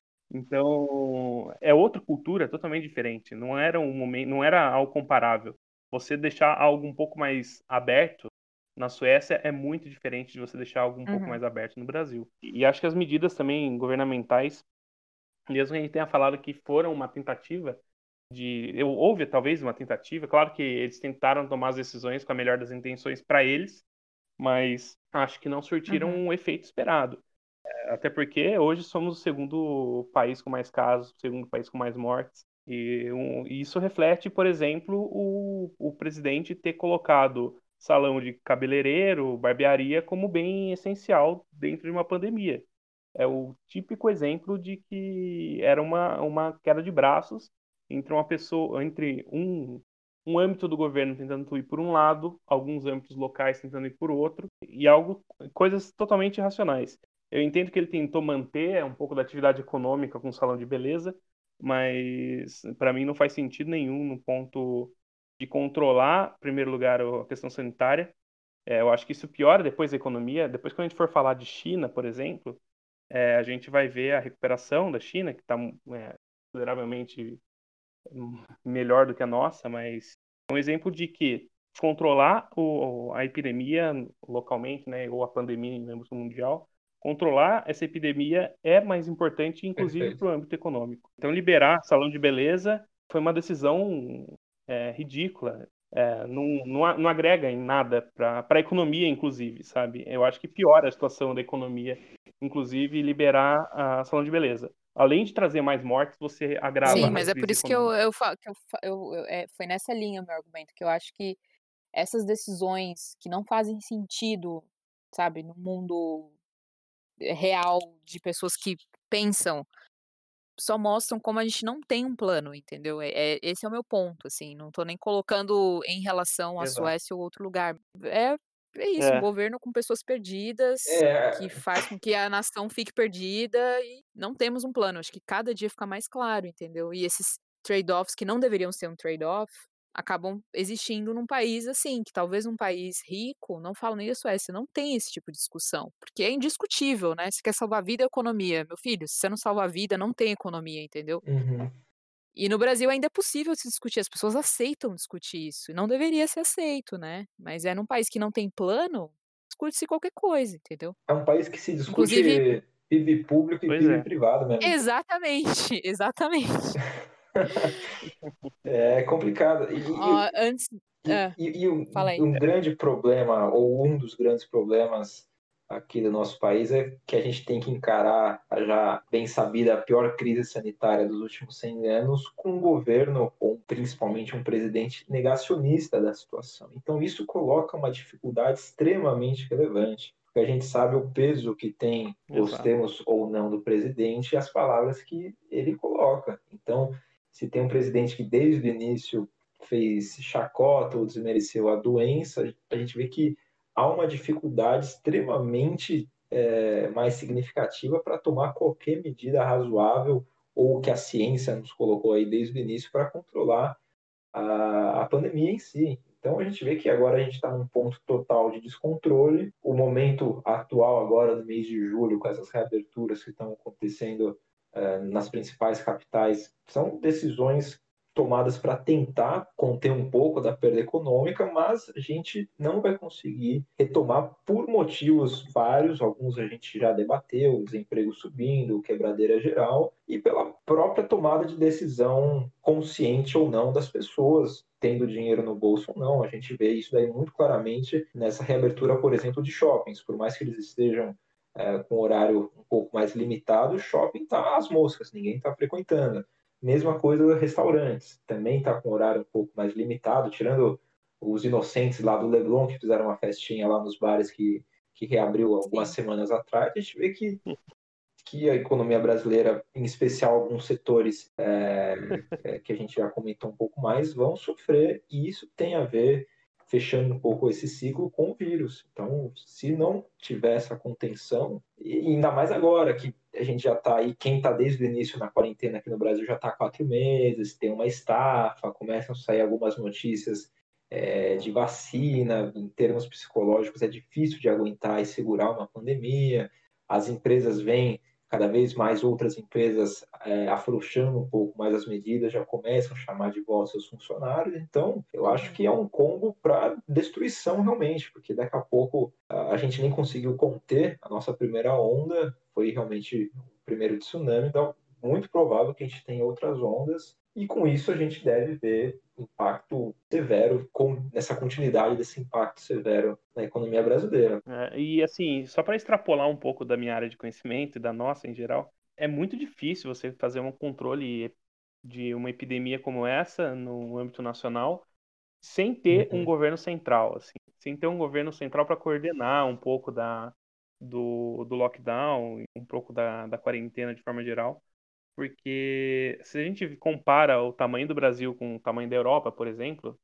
Então, é outra cultura totalmente diferente. Não era um momento, não era algo comparável. Você deixar algo um pouco mais aberto na Suécia é muito diferente de você deixar algo um pouco Uhum. mais aberto no Brasil. E acho que as medidas também governamentais, mesmo que a gente tenha falado que foram uma tentativa houve talvez uma tentativa, claro que eles tentaram tomar as decisões com a melhor das intenções para eles, mas acho que não Uhum. surtiram o efeito esperado. Até porque hoje somos o segundo país com mais casos, o segundo país com mais mortes. E isso reflete, por exemplo, o presidente ter colocado salão de cabeleireiro, barbearia como bem essencial dentro de uma pandemia. É o típico exemplo de que era uma queda de braços entre uma pessoa, entre um âmbito do governo tentando ir por um lado, alguns âmbitos locais tentando ir por outro, e coisas totalmente irracionais. Eu entendo que ele tentou manter um pouco da atividade econômica com o salão de beleza, mas para mim não faz sentido nenhum no ponto de controlar, em primeiro lugar, a questão sanitária. Eu acho que isso piora depois a economia. Depois, quando a gente for falar de China, por exemplo, a gente vai ver a recuperação da China, que está consideravelmente melhor do que a nossa, mas é um exemplo de que controlar a epidemia localmente, né, ou a pandemia em âmbito mundial, controlar essa epidemia é mais importante, inclusive Perfeito. para o âmbito econômico. Então, liberar salão de beleza foi uma decisão ridícula. Não agrega em nada para a economia, inclusive, sabe? Eu acho que piora a situação da economia, inclusive liberar a salão de beleza. Além de trazer mais mortes, você agrava Sim, Uhum. a mas é por crise isso que econômica. foi nessa linha o meu argumento, que eu acho que essas decisões que não fazem sentido, sabe, no mundo real de pessoas que pensam, só mostram como a gente não tem um plano, entendeu? Esse é o meu ponto, assim, não tô nem colocando em relação à Exato. Suécia ou outro lugar. É é isso, um governo com pessoas perdidas, que faz com que a nação fique perdida e não temos um plano. Acho que cada dia fica mais claro, entendeu? E esses trade-offs que não deveriam ser um trade-off, acabam existindo num país assim, que talvez um país rico, não falo nem da Suécia, não tem esse tipo de discussão, porque é indiscutível, né? Se quer salvar a vida e a economia. Meu filho, se você não salva a vida, não tem economia, entendeu? Uhum. E no Brasil ainda é possível se discutir, as pessoas aceitam discutir isso, e não deveria ser aceito, né? Mas num país que não tem plano, discute-se qualquer coisa, entendeu? É um país que se Inclusive, discute PIB público e Pois PIB é. privado mesmo. exatamente, exatamente. É complicado. Ó, antes, E fala aí. um grande problema, ou um dos grandes problemas aqui do nosso país é que a gente tem que encarar a já bem sabida a pior crise sanitária dos últimos 100 anos com um governo, ou principalmente um presidente negacionista da situação. Então isso coloca uma dificuldade extremamente relevante, porque a gente sabe o peso que tem, Exato. gostemos ou não do presidente, e as palavras que ele coloca. Então, se tem um presidente que desde o início fez chacota ou desmereceu a doença, a gente vê que há uma dificuldade extremamente mais significativa para tomar qualquer medida razoável ou que a ciência nos colocou aí desde o início para controlar a pandemia em si. Então a gente vê que agora a gente está num ponto total de descontrole. O momento atual agora no mês de julho, com essas reaberturas que estão acontecendo nas principais capitais, são decisões tomadas para tentar conter um pouco da perda econômica, mas a gente não vai conseguir retomar por motivos vários, alguns a gente já debateu, o desemprego subindo, quebradeira geral, e pela própria tomada de decisão consciente ou não das pessoas, tendo dinheiro no bolso ou não. A gente vê isso daí muito claramente nessa reabertura, por exemplo, de shoppings, por mais que eles estejam com horário um pouco mais limitado, o shopping está às moscas, ninguém está frequentando. Mesma coisa restaurantes, também está com horário um pouco mais limitado, tirando os inocentes lá do Leblon, que fizeram uma festinha lá nos bares que reabriu algumas semanas atrás, a gente vê que a economia brasileira, em especial alguns setores que a gente já comentou um pouco mais, vão sofrer, e isso tem a ver, fechando um pouco esse ciclo, com o vírus. Então, se não tiver essa contenção, e ainda mais agora que a gente já está aí, quem está desde o início na quarentena aqui no Brasil já está há 4 meses, tem uma estafa, começam a sair algumas notícias de vacina, em termos psicológicos é difícil de aguentar e segurar uma pandemia, as empresas vêm cada vez mais outras empresas afrouxando um pouco mais as medidas, já começam a chamar de volta seus funcionários. Então, eu acho que é um combo para destruição realmente, porque daqui a pouco a gente nem conseguiu conter a nossa primeira onda, foi realmente o primeiro tsunami, então muito provável que a gente tenha outras ondas, e com isso a gente deve ver impacto severo, nessa continuidade desse impacto severo na economia brasileira. E assim, só para extrapolar um pouco da minha área de conhecimento e da nossa em geral, é muito difícil você fazer um controle de uma epidemia como essa no âmbito nacional sem ter um governo central, assim, sem ter um governo central para coordenar um pouco do lockdown, um pouco da quarentena de forma geral. Porque se a gente compara o tamanho do Brasil com o tamanho da Europa, por exemplo,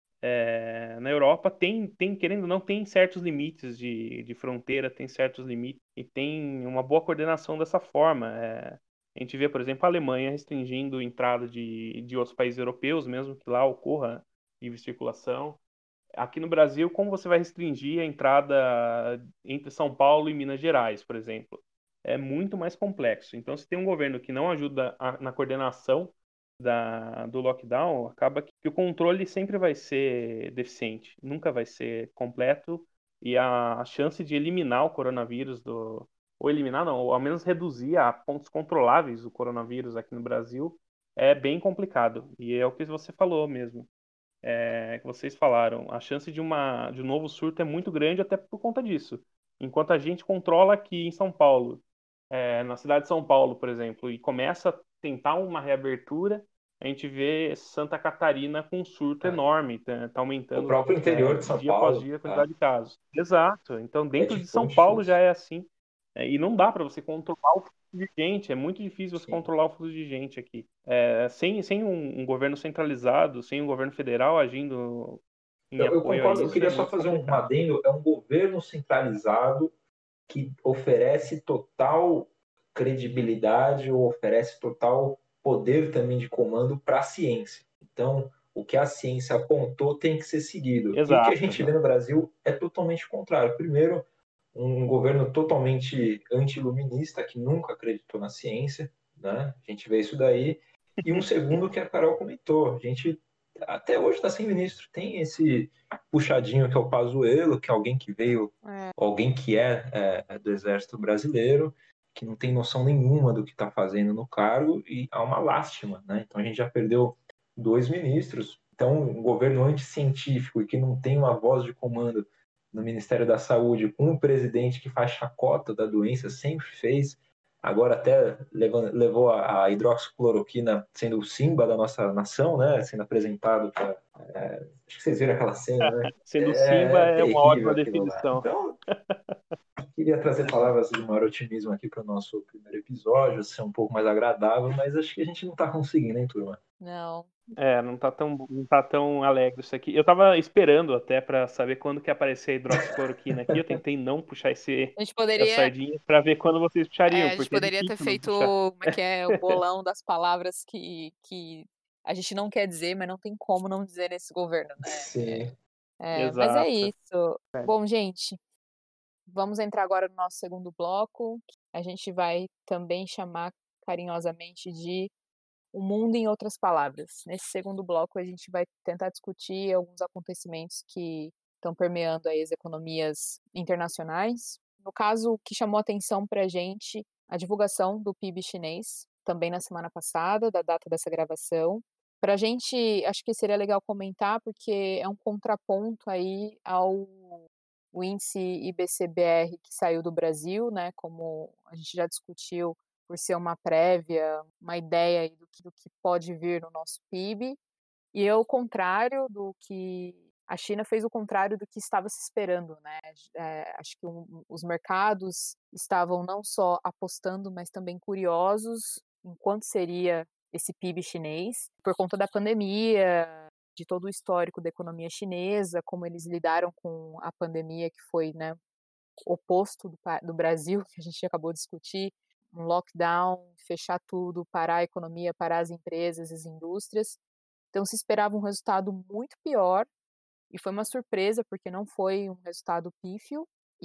na Europa querendo ou não, tem certos limites de fronteira, tem certos limites e tem uma boa coordenação dessa forma. A gente vê, por exemplo, a Alemanha restringindo a entrada de outros países europeus, mesmo que lá ocorra livre circulação. Aqui no Brasil, como você vai restringir a entrada entre São Paulo e Minas Gerais, por exemplo? É muito mais complexo. Então, se tem um governo que não ajuda na coordenação do lockdown, acaba que o controle sempre vai ser deficiente, nunca vai ser completo, e a chance de eliminar o coronavírus ou eliminar não, ou ao menos reduzir a pontos controláveis o coronavírus aqui no Brasil é bem complicado. E é o que você falou mesmo. Que vocês falaram, a chance de um novo surto é muito grande até por conta disso. Enquanto a gente controla aqui em São Paulo, na cidade de São Paulo, por exemplo, e começa a tentar uma reabertura, a gente vê Santa Catarina com um surto enorme, tá O aumentando próprio interior de São dia após Paulo dia a quantidade de casos. Exato. Então, é dentro de de São fonte Paulo já disso. é assim. E não dá para você controlar o fluxo de gente, é muito difícil você Sim. controlar o fluxo de gente aqui. Sem um governo centralizado, sem um governo federal agindo em Eu apoio a concordo, eu isso, é queria só muito fazer um complicado. adendo. É um governo centralizado que oferece total credibilidade ou oferece total poder também de comando para a ciência. Então, o que a ciência apontou tem que ser seguido. E o que a Exato, gente vê exato. no Brasil é totalmente contrário. Primeiro, um governo totalmente anti-iluminista, que nunca acreditou na ciência, né? A gente vê isso daí. E um segundo que a Carol comentou, a gente até hoje está sem ministro. Tem esse puxadinho que é o Pazuello, que é alguém que veio, É. alguém que é do Exército Brasileiro, que não tem noção nenhuma do que está fazendo no cargo, e há uma lástima, né? Então a gente já perdeu 2 ministros. Então, um governo anticientífico e que não tem uma voz de comando no Ministério da Saúde, com um presidente que faz chacota da doença, sempre fez, agora até levou a hidroxicloroquina sendo o Simba da nossa nação, né? Sendo apresentado para... acho que vocês viram aquela cena, né? Sendo Simba É é uma terrível ótima aquilo lá. definição. Então, queria trazer palavras de maior otimismo aqui para o nosso primeiro episódio, ser um pouco mais agradável, mas acho que a gente não está conseguindo, hein, turma? Não. Não tá tão alegre isso aqui. Eu tava esperando até pra saber quando que ia aparecer a hidroxicloroquina aqui. Eu tentei não puxar essa A gente poderia, sardinha pra ver quando vocês puxariam, a gente porque é poderia ter difícil não feito, puxar. como é que é, o bolão das palavras que a gente não quer dizer, mas não tem como não dizer nesse governo, né? Sim. Mas é Exato. isso. É. Bom, gente, vamos entrar agora no nosso segundo bloco. Que a gente vai também chamar carinhosamente de O Mundo em Outras Palavras. Nesse segundo bloco, a gente vai tentar discutir alguns acontecimentos que estão permeando aí as economias internacionais. No caso, o que chamou atenção para a gente, a divulgação do PIB chinês, também na semana passada, da data dessa gravação. Para a gente, acho que seria legal comentar, porque é um contraponto aí ao o índice IBC-BR que saiu do Brasil, né, como a gente já discutiu, por ser uma prévia, uma ideia aí do que pode vir no nosso PIB, e ao contrário do que a China fez, o contrário do que estava se esperando, né? Acho que os mercados estavam não só apostando, mas também curiosos em quanto seria esse PIB chinês, por conta da pandemia, de todo o histórico da economia chinesa, como eles lidaram com a pandemia, que foi, né, oposto do Brasil, que a gente acabou de discutir, um lockdown, fechar tudo, parar a economia, parar as empresas, as indústrias. Então se esperava um resultado muito pior e foi uma surpresa porque não foi um resultado pífio.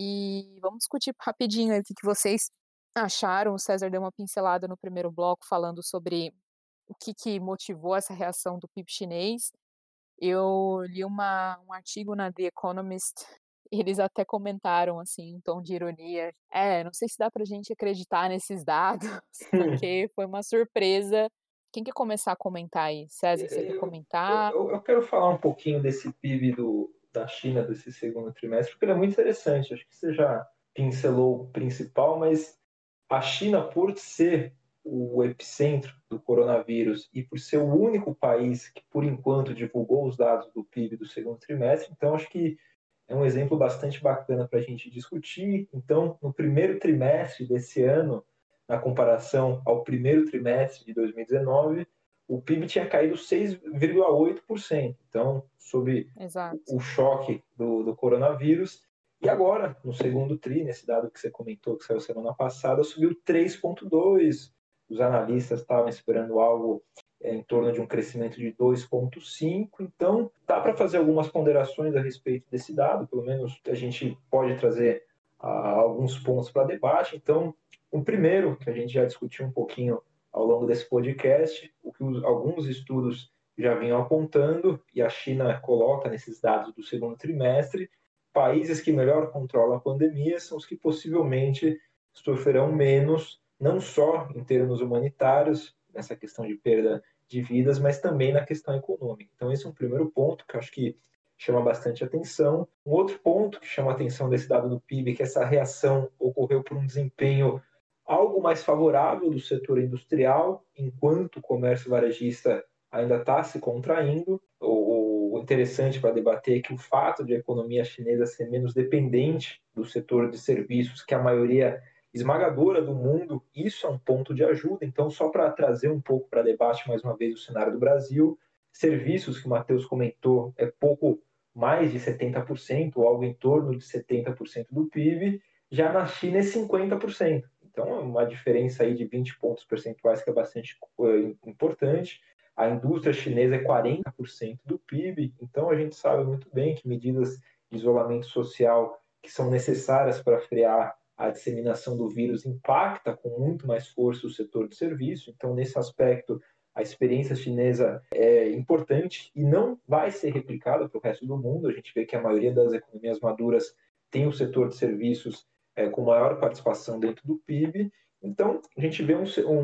E vamos discutir rapidinho aí o que vocês acharam. O César deu uma pincelada no primeiro bloco falando sobre o que motivou essa reação do PIB chinês. Eu li um artigo na The Economist, eles até comentaram, assim, em tom de ironia, não sei se dá pra gente acreditar nesses dados, porque foi uma surpresa. Quem quer começar a comentar aí? César, você quer Eu, comentar? eu quero falar um pouquinho desse PIB da China desse segundo trimestre, porque ele é muito interessante. Acho que você já pincelou o principal, mas a China, por ser o epicentro do coronavírus e por ser o único país que, por enquanto, divulgou os dados do PIB do segundo trimestre, então acho que é um exemplo bastante bacana para a gente discutir. Então, no primeiro trimestre desse ano, na comparação ao primeiro trimestre de 2019, o PIB tinha caído 6,8%. Então, sob Exato. o choque do coronavírus. E agora, no segundo TRI, nesse dado que você comentou, que saiu semana passada, subiu 3,2%. Os analistas estavam esperando algo em torno de um crescimento de 2,5%. Então, dá para fazer algumas ponderações a respeito desse dado, pelo menos a gente pode trazer alguns pontos para debate. Então, o primeiro, que a gente já discutiu um pouquinho ao longo desse podcast, o que alguns estudos já vinham apontando, e a China coloca nesses dados do segundo trimestre, países que melhor controlam a pandemia são os que possivelmente sofrerão menos, não só em termos humanitários, nessa questão de perda de vidas, mas também na questão econômica. Então, esse é um primeiro ponto que eu acho que chama bastante atenção. Um outro ponto que chama a atenção desse dado do PIB é que essa reação ocorreu por um desempenho algo mais favorável do setor industrial, enquanto o comércio varejista ainda está se contraindo. O interessante para debater é que o fato de a economia chinesa ser menos dependente do setor de serviços, que a maioria esmagadora do mundo, isso é um ponto de ajuda. Então, só para trazer um pouco para debate mais uma vez o cenário do Brasil, serviços que o Matheus comentou é pouco mais de 70%, ou algo em torno de 70% do PIB, já na China é 50%. Então, é uma diferença aí de 20 pontos percentuais que é bastante importante. A indústria chinesa é 40% do PIB, então a gente sabe muito bem que medidas de isolamento social que são necessárias para frear a disseminação do vírus impacta com muito mais força o setor de serviço. Então, nesse aspecto, a experiência chinesa é importante e não vai ser replicada para o resto do mundo. A gente vê que a maioria das economias maduras tem o setor de serviços com maior participação dentro do PIB. Então, a gente vê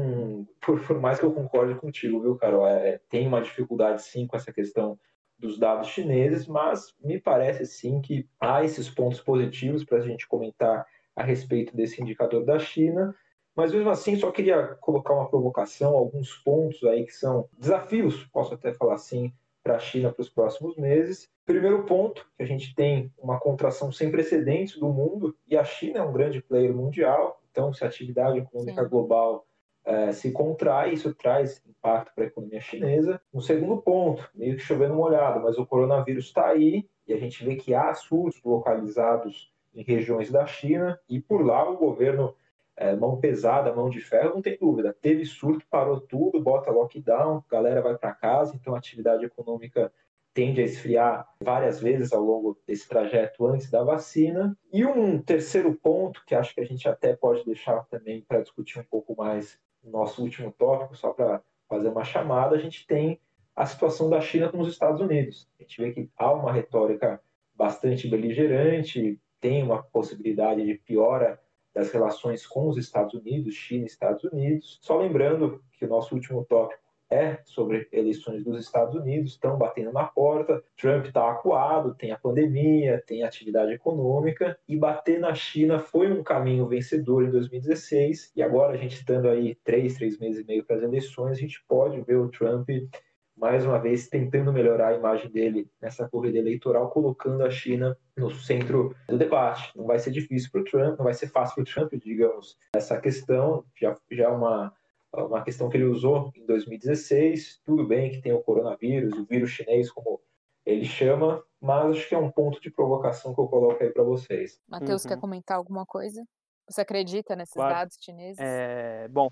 por mais que eu concorde contigo, viu, Carol, tem uma dificuldade sim com essa questão dos dados chineses, mas me parece sim que há esses pontos positivos para a gente comentar a respeito desse indicador da China. Mas mesmo assim, só queria colocar uma provocação, alguns pontos aí que são desafios, posso até falar assim, para a China para os próximos meses. Primeiro ponto, que a gente tem uma contração sem precedentes do mundo, e a China é um grande player mundial, então se a atividade econômica global se contrai, isso traz impacto para a economia chinesa. No segundo ponto, meio que chovendo molhado, mas o coronavírus está aí, e a gente vê que há surtos localizados em regiões da China, e por lá o governo mão pesada, mão de ferro, não tem dúvida. Teve surto, parou tudo, bota lockdown, galera vai para casa, então a atividade econômica tende a esfriar várias vezes ao longo desse trajeto antes da vacina. E um terceiro ponto, que acho que a gente até pode deixar também para discutir um pouco mais no nosso último tópico, só para fazer uma chamada, a gente tem a situação da China com os Estados Unidos. A gente vê que há uma retórica bastante beligerante, tem uma possibilidade de piora das relações com os Estados Unidos, China e Estados Unidos. Só lembrando que o nosso último tópico é sobre eleições dos Estados Unidos, estão batendo na porta, Trump está acuado, tem a pandemia, tem a atividade econômica, e bater na China foi um caminho vencedor em 2016, e agora a gente estando aí 3 meses e meio para as eleições, a gente pode ver o Trump mais uma vez tentando melhorar a imagem dele nessa corrida eleitoral, colocando a China no centro do debate. Não vai ser difícil para o Trump, não vai ser fácil para o Trump, digamos, essa questão, já é uma questão que ele usou em 2016. Tudo bem que tem o coronavírus, o vírus chinês, como ele chama, mas acho que é um ponto de provocação que eu coloco aí para vocês. Matheus, quer comentar alguma coisa? Você acredita nesses Claro. dados chineses? Bom,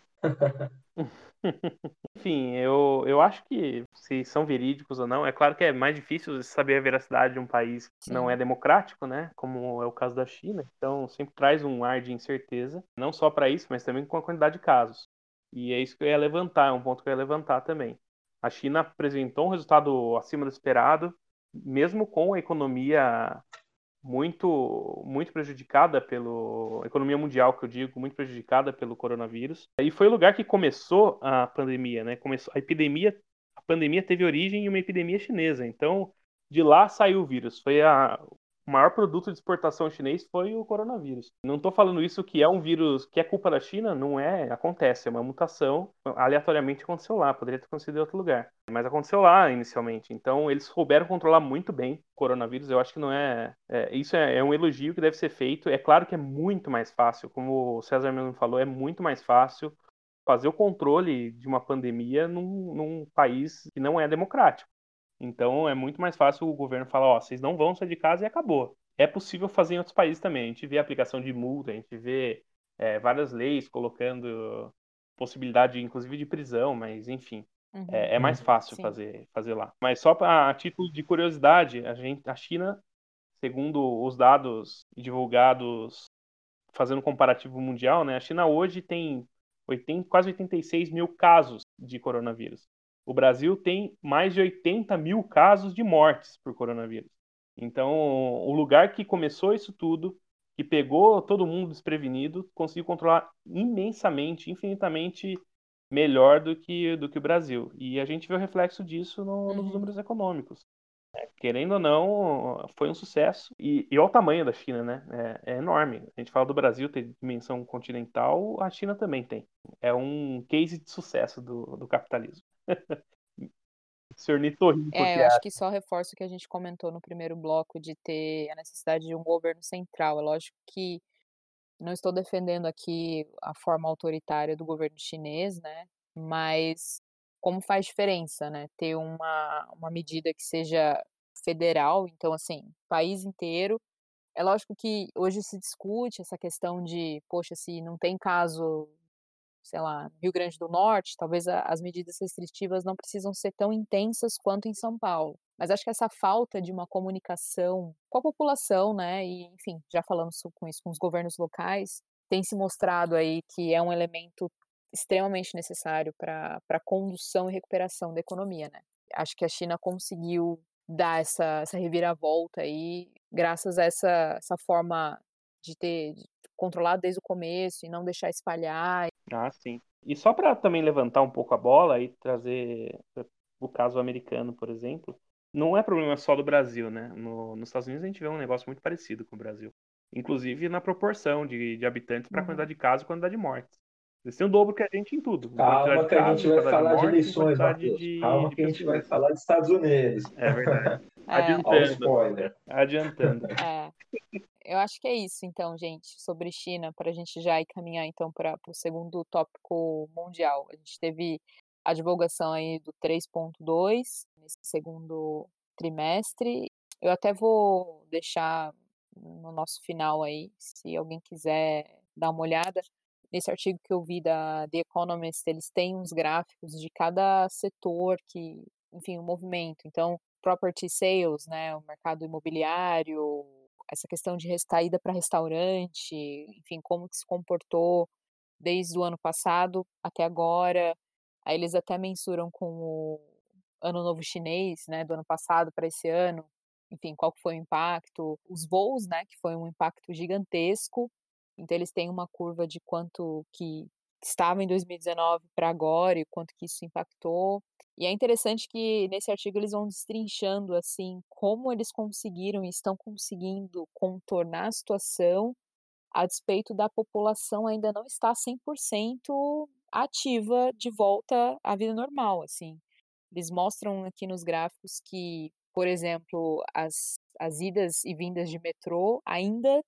enfim, eu acho que se são verídicos ou não, é claro que é mais difícil saber a veracidade de um país que não é democrático, né? Como é o caso da China. Então, sempre traz um ar de incerteza, não só para isso, mas também com a quantidade de casos. E é isso que eu ia levantar, é um ponto que eu ia levantar também. A China apresentou um resultado acima do esperado, mesmo com a economia muito prejudicada pelo economia mundial, que eu digo, muito prejudicada pelo coronavírus. E foi o lugar que começou a pandemia, né? Começou a pandemia teve origem em uma epidemia chinesa. Então, de lá saiu o vírus. O maior produto de exportação chinês foi o coronavírus. Não estou falando isso que é um vírus que é culpa da China, não é, acontece, é uma mutação, aleatoriamente aconteceu lá, poderia ter acontecido em outro lugar, mas aconteceu lá inicialmente. Então eles souberam controlar muito bem o coronavírus. Eu acho que não isso é um elogio que deve ser feito. É claro que é muito mais fácil, como o César mesmo falou, é muito mais fácil fazer o controle de uma pandemia num país que não é democrático. Então é muito mais fácil o governo falar, ó, vocês não vão sair de casa e acabou. É possível fazer em outros países também. A gente vê a aplicação de multa, a gente vê várias leis colocando possibilidade, inclusive, de prisão, mas enfim, é mais fácil fazer lá. Mas só a título de curiosidade, a China, segundo os dados divulgados, fazendo um comparativo mundial, né, a China hoje tem quase 86 mil casos de coronavírus. O Brasil tem mais de 80 mil casos de mortes por coronavírus. Então, o lugar que começou isso tudo, que pegou todo mundo desprevenido, conseguiu controlar imensamente, infinitamente melhor do que o Brasil. E a gente vê o reflexo disso nos números econômicos. Querendo ou não, foi um sucesso. E olha o tamanho da China, né? É enorme. A gente fala do Brasil ter dimensão continental, a China também tem. É um case de sucesso do capitalismo. O senhor Nitorrinho, Eu acho que só reforça o que a gente comentou no primeiro bloco de ter a necessidade de um governo central. É lógico que não estou defendendo aqui a forma autoritária do governo chinês, né, mas como faz diferença, né, ter uma medida que seja federal, então, assim, país inteiro. É lógico que hoje se discute essa questão de, poxa, se não tem caso, sei lá, no Rio Grande do Norte, talvez as medidas restritivas não precisam ser tão intensas quanto em São Paulo. Mas acho que essa falta de uma comunicação com a população, né, e enfim, já falando com isso com os governos locais, tem se mostrado aí que é um elemento extremamente necessário para a condução e recuperação da economia, né. Acho que a China conseguiu dar essa reviravolta aí, graças a essa forma de ter controlado desde o começo e não deixar espalhar. Ah, sim. E só para também levantar um pouco a bola e trazer o caso americano, por exemplo, não é problema só do Brasil, né? Nos Estados Unidos a gente vê um negócio muito parecido com o Brasil. Inclusive na proporção de habitantes para a Uhum. quantidade de casos e quantidade de mortes. Eles têm o dobro que a gente em tudo. Em quantidade Calma de que a casos, gente em vai quantidade de falar de mortes, em eleições, quantidade Matheus. Calma de que a gente vai pessoas. falar dos Estados Unidos. É verdade. É, Olha o Adiantando, spoiler. adiantando. é. Eu acho que é isso então, gente, sobre China, para a gente já ir caminhar então para o segundo tópico mundial. A gente teve a divulgação aí do 3.2 nesse segundo trimestre. Eu até vou deixar no nosso final aí, se alguém quiser dar uma olhada. Nesse artigo que eu vi da The Economist, eles têm uns gráficos de cada setor que, enfim, o movimento. Então, property sales, né, o mercado imobiliário, essa questão de saída para restaurante, enfim, como que se comportou desde o ano passado até agora. Aí eles até mensuram com o Ano Novo Chinês, né, do ano passado para esse ano, enfim, qual que foi o impacto. Os voos, né, que foi um impacto gigantesco, então eles têm uma curva de quanto que estava em 2019 para agora e quanto que isso impactou. E é interessante que nesse artigo eles vão destrinchando, assim, como eles conseguiram e estão conseguindo contornar a situação, a despeito da população ainda não estar 100% ativa de volta à vida normal, assim. Eles mostram aqui nos gráficos que, por exemplo, as idas e vindas de metrô ainda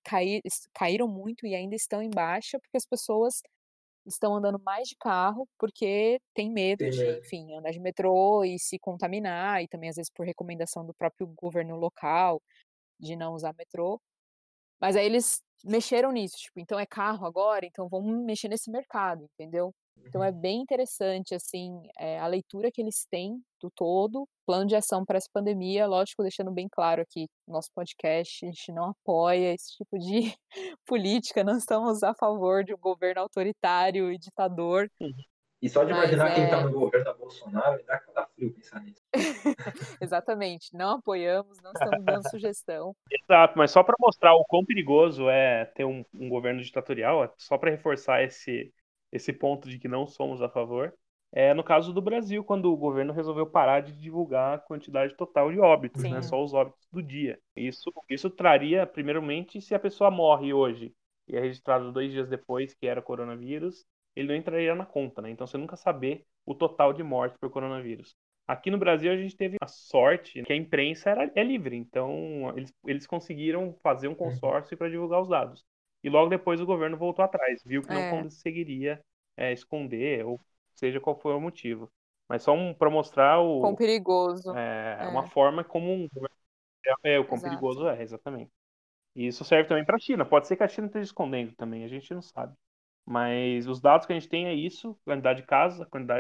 caíram muito e ainda estão em baixa, porque as pessoas estão andando mais de carro, porque tem medo Tem de, medo. enfim, andar de metrô e se contaminar, e também às vezes por recomendação do próprio governo local, de não usar metrô. Mas aí eles mexeram nisso, tipo, então é carro agora, então vamos mexer nesse mercado, entendeu? Então é bem interessante, assim, a leitura que eles têm do todo, plano de ação para essa pandemia, lógico, deixando bem claro aqui, no nosso podcast, a gente não apoia esse tipo de política, não estamos a favor de um governo autoritário e ditador, E só de mas imaginar quem está no governo da Bolsonaro, me dá calafrio pensar nisso. exatamente, não apoiamos, não estamos dando sugestão. Exato, mas só para mostrar o quão perigoso é ter um governo ditatorial, só para reforçar esse ponto de que não somos a favor, no caso do Brasil, quando o governo resolveu parar de divulgar a quantidade total de óbitos, né, Sim, só os óbitos do dia. Isso traria, primeiramente, se a pessoa morre hoje e é registrado 2 dias depois que era coronavírus, ele não entraria na conta, né? Então você nunca saber o total de mortes por coronavírus. Aqui no Brasil a gente teve a sorte que a imprensa é livre, então eles conseguiram fazer um consórcio para divulgar os dados. E logo depois o governo voltou atrás, viu que não é, conseguiria esconder, ou seja qual for o motivo. Mas só para mostrar quão perigoso. uma É, forma como um governo o quão exato. perigoso exatamente. E isso serve também para a China. Pode ser que a China esteja escondendo também, a gente não sabe. Mas os dados que a gente tem é isso, quantidade de casos,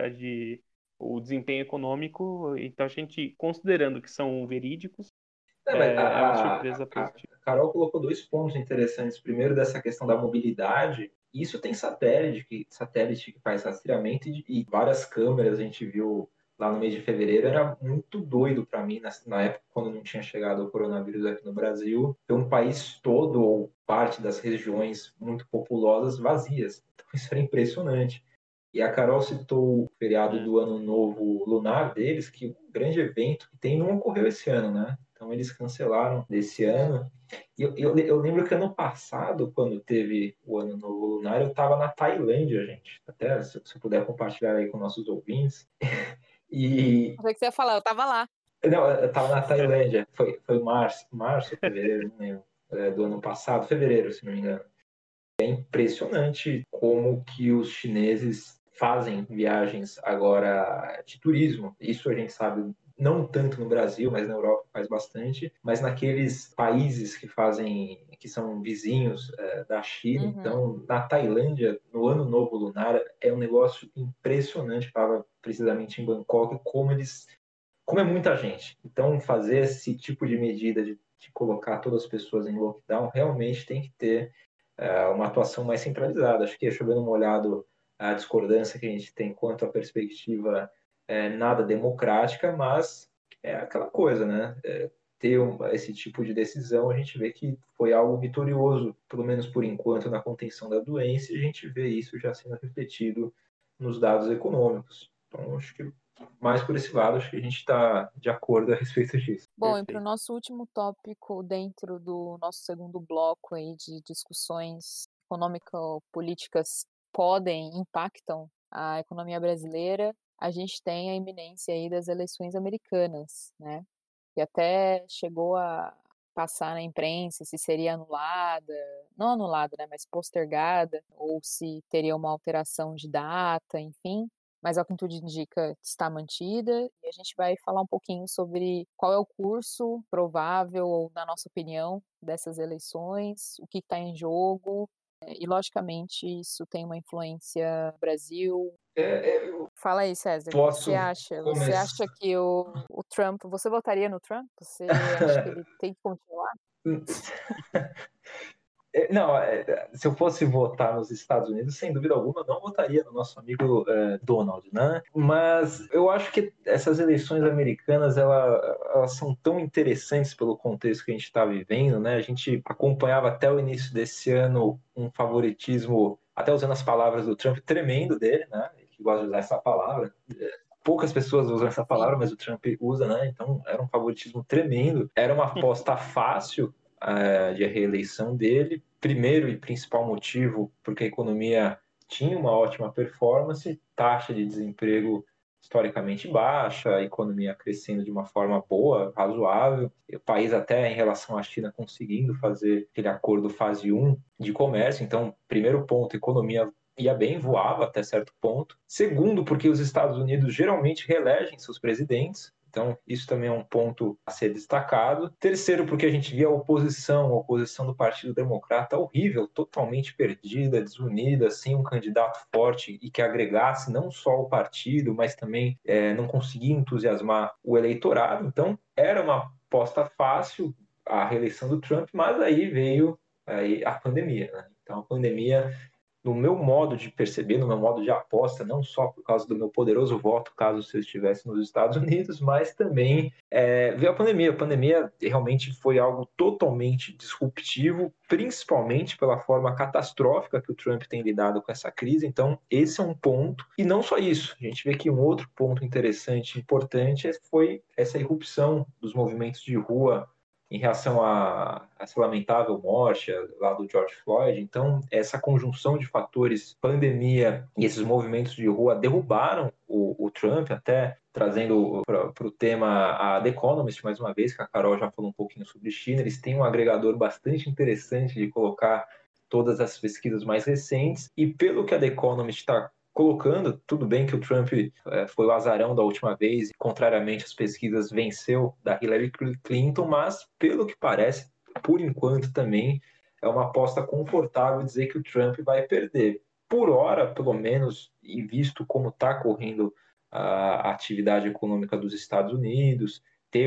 o desempenho econômico. Então a gente, considerando que são verídicos, Não, mas é uma a, surpresa a positiva. Carol colocou dois pontos interessantes. Primeiro, dessa questão da mobilidade. Isso tem satélite que faz rastreamento e várias câmeras a gente viu lá no mês de fevereiro. Era muito doido para mim, na época, quando não tinha chegado o coronavírus aqui no Brasil, ter um país todo ou parte das regiões muito populosas vazias. Então, isso era impressionante. E a Carol citou o feriado É. do Ano Novo Lunar deles, que um grande evento que tem não ocorreu esse ano, né? Então eles cancelaram desse É. ano. E eu lembro que ano passado, quando teve o Ano Novo Lunar, eu estava na Tailândia, gente. Até se eu puder compartilhar aí com nossos ouvintes. E. Achei que você ia falar, eu estava lá. Não, eu estava na Tailândia. Foi março ou fevereiro, não lembro. Do ano passado, fevereiro, se não me engano. É impressionante como que os chineses fazem viagens agora de turismo. Isso a gente sabe não tanto no Brasil, mas na Europa faz bastante, mas naqueles países que são vizinhos da China. Então, na Tailândia, no Ano Novo Lunar, é um negócio impressionante. Estava precisamente em Bangkok, como é muita gente. Então, fazer esse tipo de medida de colocar todas as pessoas em lockdown realmente tem que ter uma atuação mais centralizada. Acho que, chovendo molhado, a discordância que a gente tem quanto à perspectiva nada democrática, mas é aquela coisa, né? Ter esse tipo de decisão, a gente vê que foi algo vitorioso, pelo menos por enquanto, na contenção da doença, e a gente vê isso já sendo refletido nos dados econômicos. Então, acho que mais por esse lado, acho que a gente está de acordo a respeito disso. Bom, e para o nosso último tópico dentro do nosso segundo bloco aí de discussões econômico-políticas impactam a economia brasileira, a gente tem a iminência aí das eleições americanas, né? Que até chegou a passar na imprensa se seria anulada, não anulada, né, mas postergada, ou se teria uma alteração de data, enfim. Mas ao que tudo indica, está mantida, e a gente vai falar um pouquinho sobre qual é o curso provável, ou na nossa opinião, dessas eleições, o que está em jogo, e logicamente isso tem uma influência no Brasil. Fala aí, César, o que você acha? Você acha que o Trump, você votaria no Trump? Você acha que ele tem que continuar? Não, se eu fosse votar nos Estados Unidos, sem dúvida alguma, eu não votaria no nosso amigo Donald, né? Mas eu acho que essas eleições americanas, elas são tão interessantes pelo contexto que a gente está vivendo, né? A gente acompanhava até o início desse ano um favoritismo, até usando as palavras do Trump, tremendo dele, né? Ele gosta de usar essa palavra. Poucas pessoas usam essa palavra, mas o Trump usa, né? Então era um favoritismo tremendo. Era uma aposta fácil de reeleição dele. Primeiro e principal motivo, porque a economia tinha uma ótima performance, taxa de desemprego historicamente baixa, a economia crescendo de uma forma boa, razoável, o país até em relação à China conseguindo fazer aquele acordo fase 1 de comércio. Então, primeiro ponto, economia ia bem, voava até certo ponto. Segundo, porque os Estados Unidos geralmente reelegem seus presidentes, então, isso também é um ponto a ser destacado. Terceiro, porque a gente via a oposição do Partido Democrata horrível, totalmente perdida, desunida, sem um candidato forte e que agregasse não só o partido, mas também não conseguia entusiasmar o eleitorado. Então, era uma aposta fácil a reeleição do Trump, mas aí veio a pandemia, né? Então, a pandemia, no meu modo de perceber, no meu modo de aposta, não só por causa do meu poderoso voto, caso você estivesse nos Estados Unidos, mas também veio a pandemia. A pandemia realmente foi algo totalmente disruptivo, principalmente pela forma catastrófica que o Trump tem lidado com essa crise. Então, esse é um ponto. E não só isso, a gente vê que um outro ponto interessante, importante, foi essa irrupção dos movimentos de rua em reação a essa lamentável morte lá do George Floyd. Então, essa conjunção de fatores, pandemia e esses movimentos de rua derrubaram o Trump, até trazendo para o tema a The Economist, mais uma vez, que a Carol já falou um pouquinho sobre China. Eles têm um agregador bastante interessante de colocar todas as pesquisas mais recentes, e pelo que a The Economist está colocando, tudo bem que o Trump foi o azarão da última vez, e contrariamente às pesquisas venceu da Hillary Clinton, mas pelo que parece, por enquanto também é uma aposta confortável dizer que o Trump vai perder. Por hora, pelo menos, e visto como está correndo a atividade econômica dos Estados Unidos,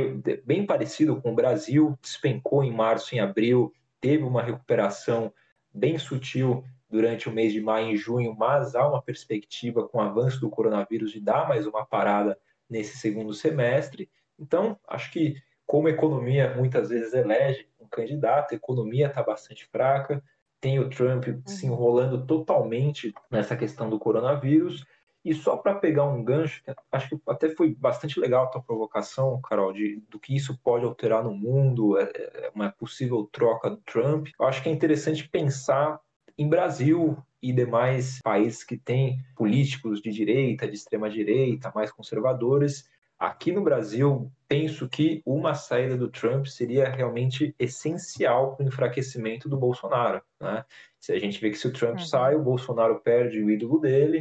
bem parecido com o Brasil, despencou em março e em abril, teve uma recuperação bem sutil durante o mês de maio e junho, mas há uma perspectiva com o avanço do coronavírus de dar mais uma parada nesse segundo semestre. Então, acho que como a economia muitas vezes elege um candidato, a economia está bastante fraca, tem o Trump se enrolando totalmente nessa questão do coronavírus. E só para pegar um gancho, acho que até foi bastante legal a tua provocação, Carol, do que isso pode alterar no mundo, uma possível troca do Trump. Eu acho que é interessante pensar em Brasil e demais países que têm políticos de direita, de extrema direita, mais conservadores. Aqui no Brasil, penso que uma saída do Trump seria realmente essencial para o enfraquecimento do Bolsonaro, né? Se a gente vê que se o Trump sai, o Bolsonaro perde o ídolo dele,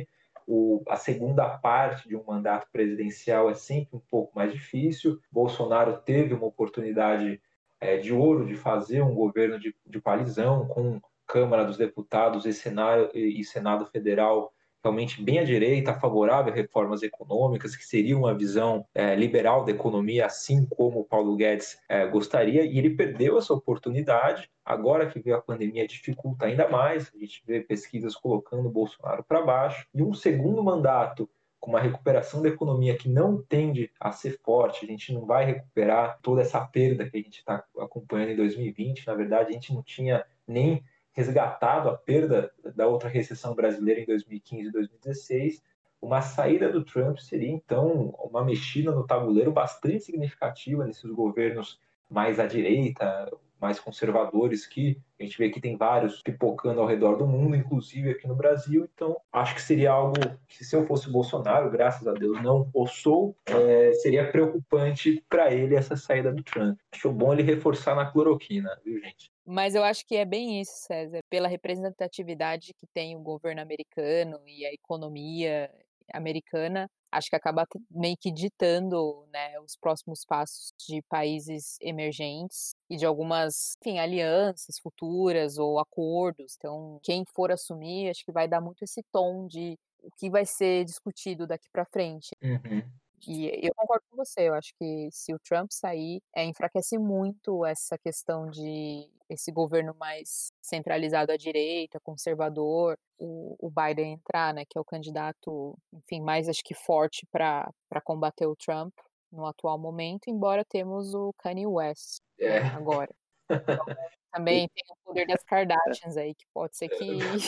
a segunda parte de um mandato presidencial é sempre um pouco mais difícil. Bolsonaro teve uma oportunidade de ouro de fazer um governo de coalizão com Câmara dos Deputados e Senado Federal realmente bem à direita, favorável a reformas econômicas, que seria uma visão liberal da economia, assim como o Paulo Guedes gostaria, e ele perdeu essa oportunidade. Agora que veio a pandemia, dificulta ainda mais, a gente vê pesquisas colocando o Bolsonaro para baixo, e um segundo mandato com uma recuperação da economia que não tende a ser forte, a gente não vai recuperar toda essa perda que a gente está acompanhando em 2020, na verdade a gente não tinha nem resgatado a perda da outra recessão brasileira em 2015 e 2016, uma saída do Trump seria, então, uma mexida no tabuleiro bastante significativa nesses governos mais à direita, mais conservadores, que a gente vê que tem vários pipocando ao redor do mundo, inclusive aqui no Brasil. Então, acho que seria algo que, se eu fosse Bolsonaro, graças a Deus não o sou, seria preocupante para ele essa saída do Trump. Acho bom ele reforçar na cloroquina, viu, gente? Mas eu acho que é bem isso, César, pela representatividade que tem o governo americano e a economia americana, acho que acaba meio que ditando, né, os próximos passos de países emergentes e de algumas, enfim, alianças futuras ou acordos. Então, quem for assumir, acho que vai dar muito esse tom de o que vai ser discutido daqui para frente. Uhum. E eu concordo com você, eu acho que se o Trump sair, enfraquece muito essa questão de esse governo mais centralizado à direita, conservador, o Biden entrar, né, que é o candidato, enfim, mais acho que forte para combater o Trump no atual momento, embora temos o Kanye West, né, agora. Então, também tem o poder das Kardashians aí, que pode ser que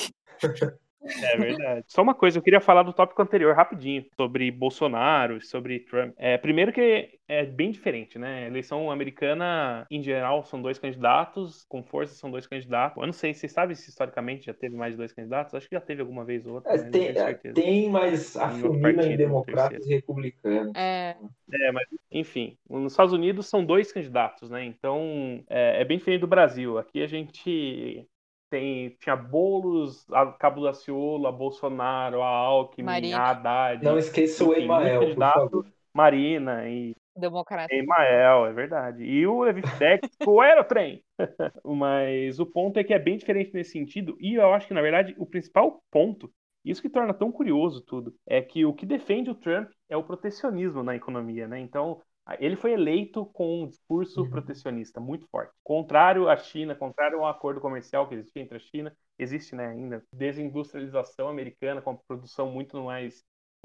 É verdade. Só uma coisa, eu queria falar do tópico anterior rapidinho, sobre Bolsonaro, sobre Trump. Primeiro que é bem diferente, né? A eleição americana, em geral, são dois candidatos, com força são dois candidatos. Eu não sei, você sabe se historicamente já teve mais de dois candidatos? Acho que já teve alguma vez ou outra, mas não tenho certeza. Tem, mas Em outro afunila em partido, democratas e republicanos. Mas enfim, nos Estados Unidos são dois candidatos, né? Então é bem diferente do Brasil. Aqui a gente tinha Boulos, a Cabo Daciolo, a Bolsonaro, a Alckmin, Marina, a Haddad, Não esqueça o enfim, muito Emael, por candidato, favor. Marina e democrata. Emael, é verdade. E o Levi Fidelix, o Aerotrem. Mas o ponto é que é bem diferente nesse sentido, e eu acho que, na verdade, o principal ponto, isso que torna tão curioso tudo, é que o que defende o Trump é o protecionismo na economia, né? Então, ele foi eleito com um discurso protecionista muito forte. Contrário à China, contrário ao acordo comercial que existia entre a China, existe, né, ainda desindustrialização americana, com produção muito mais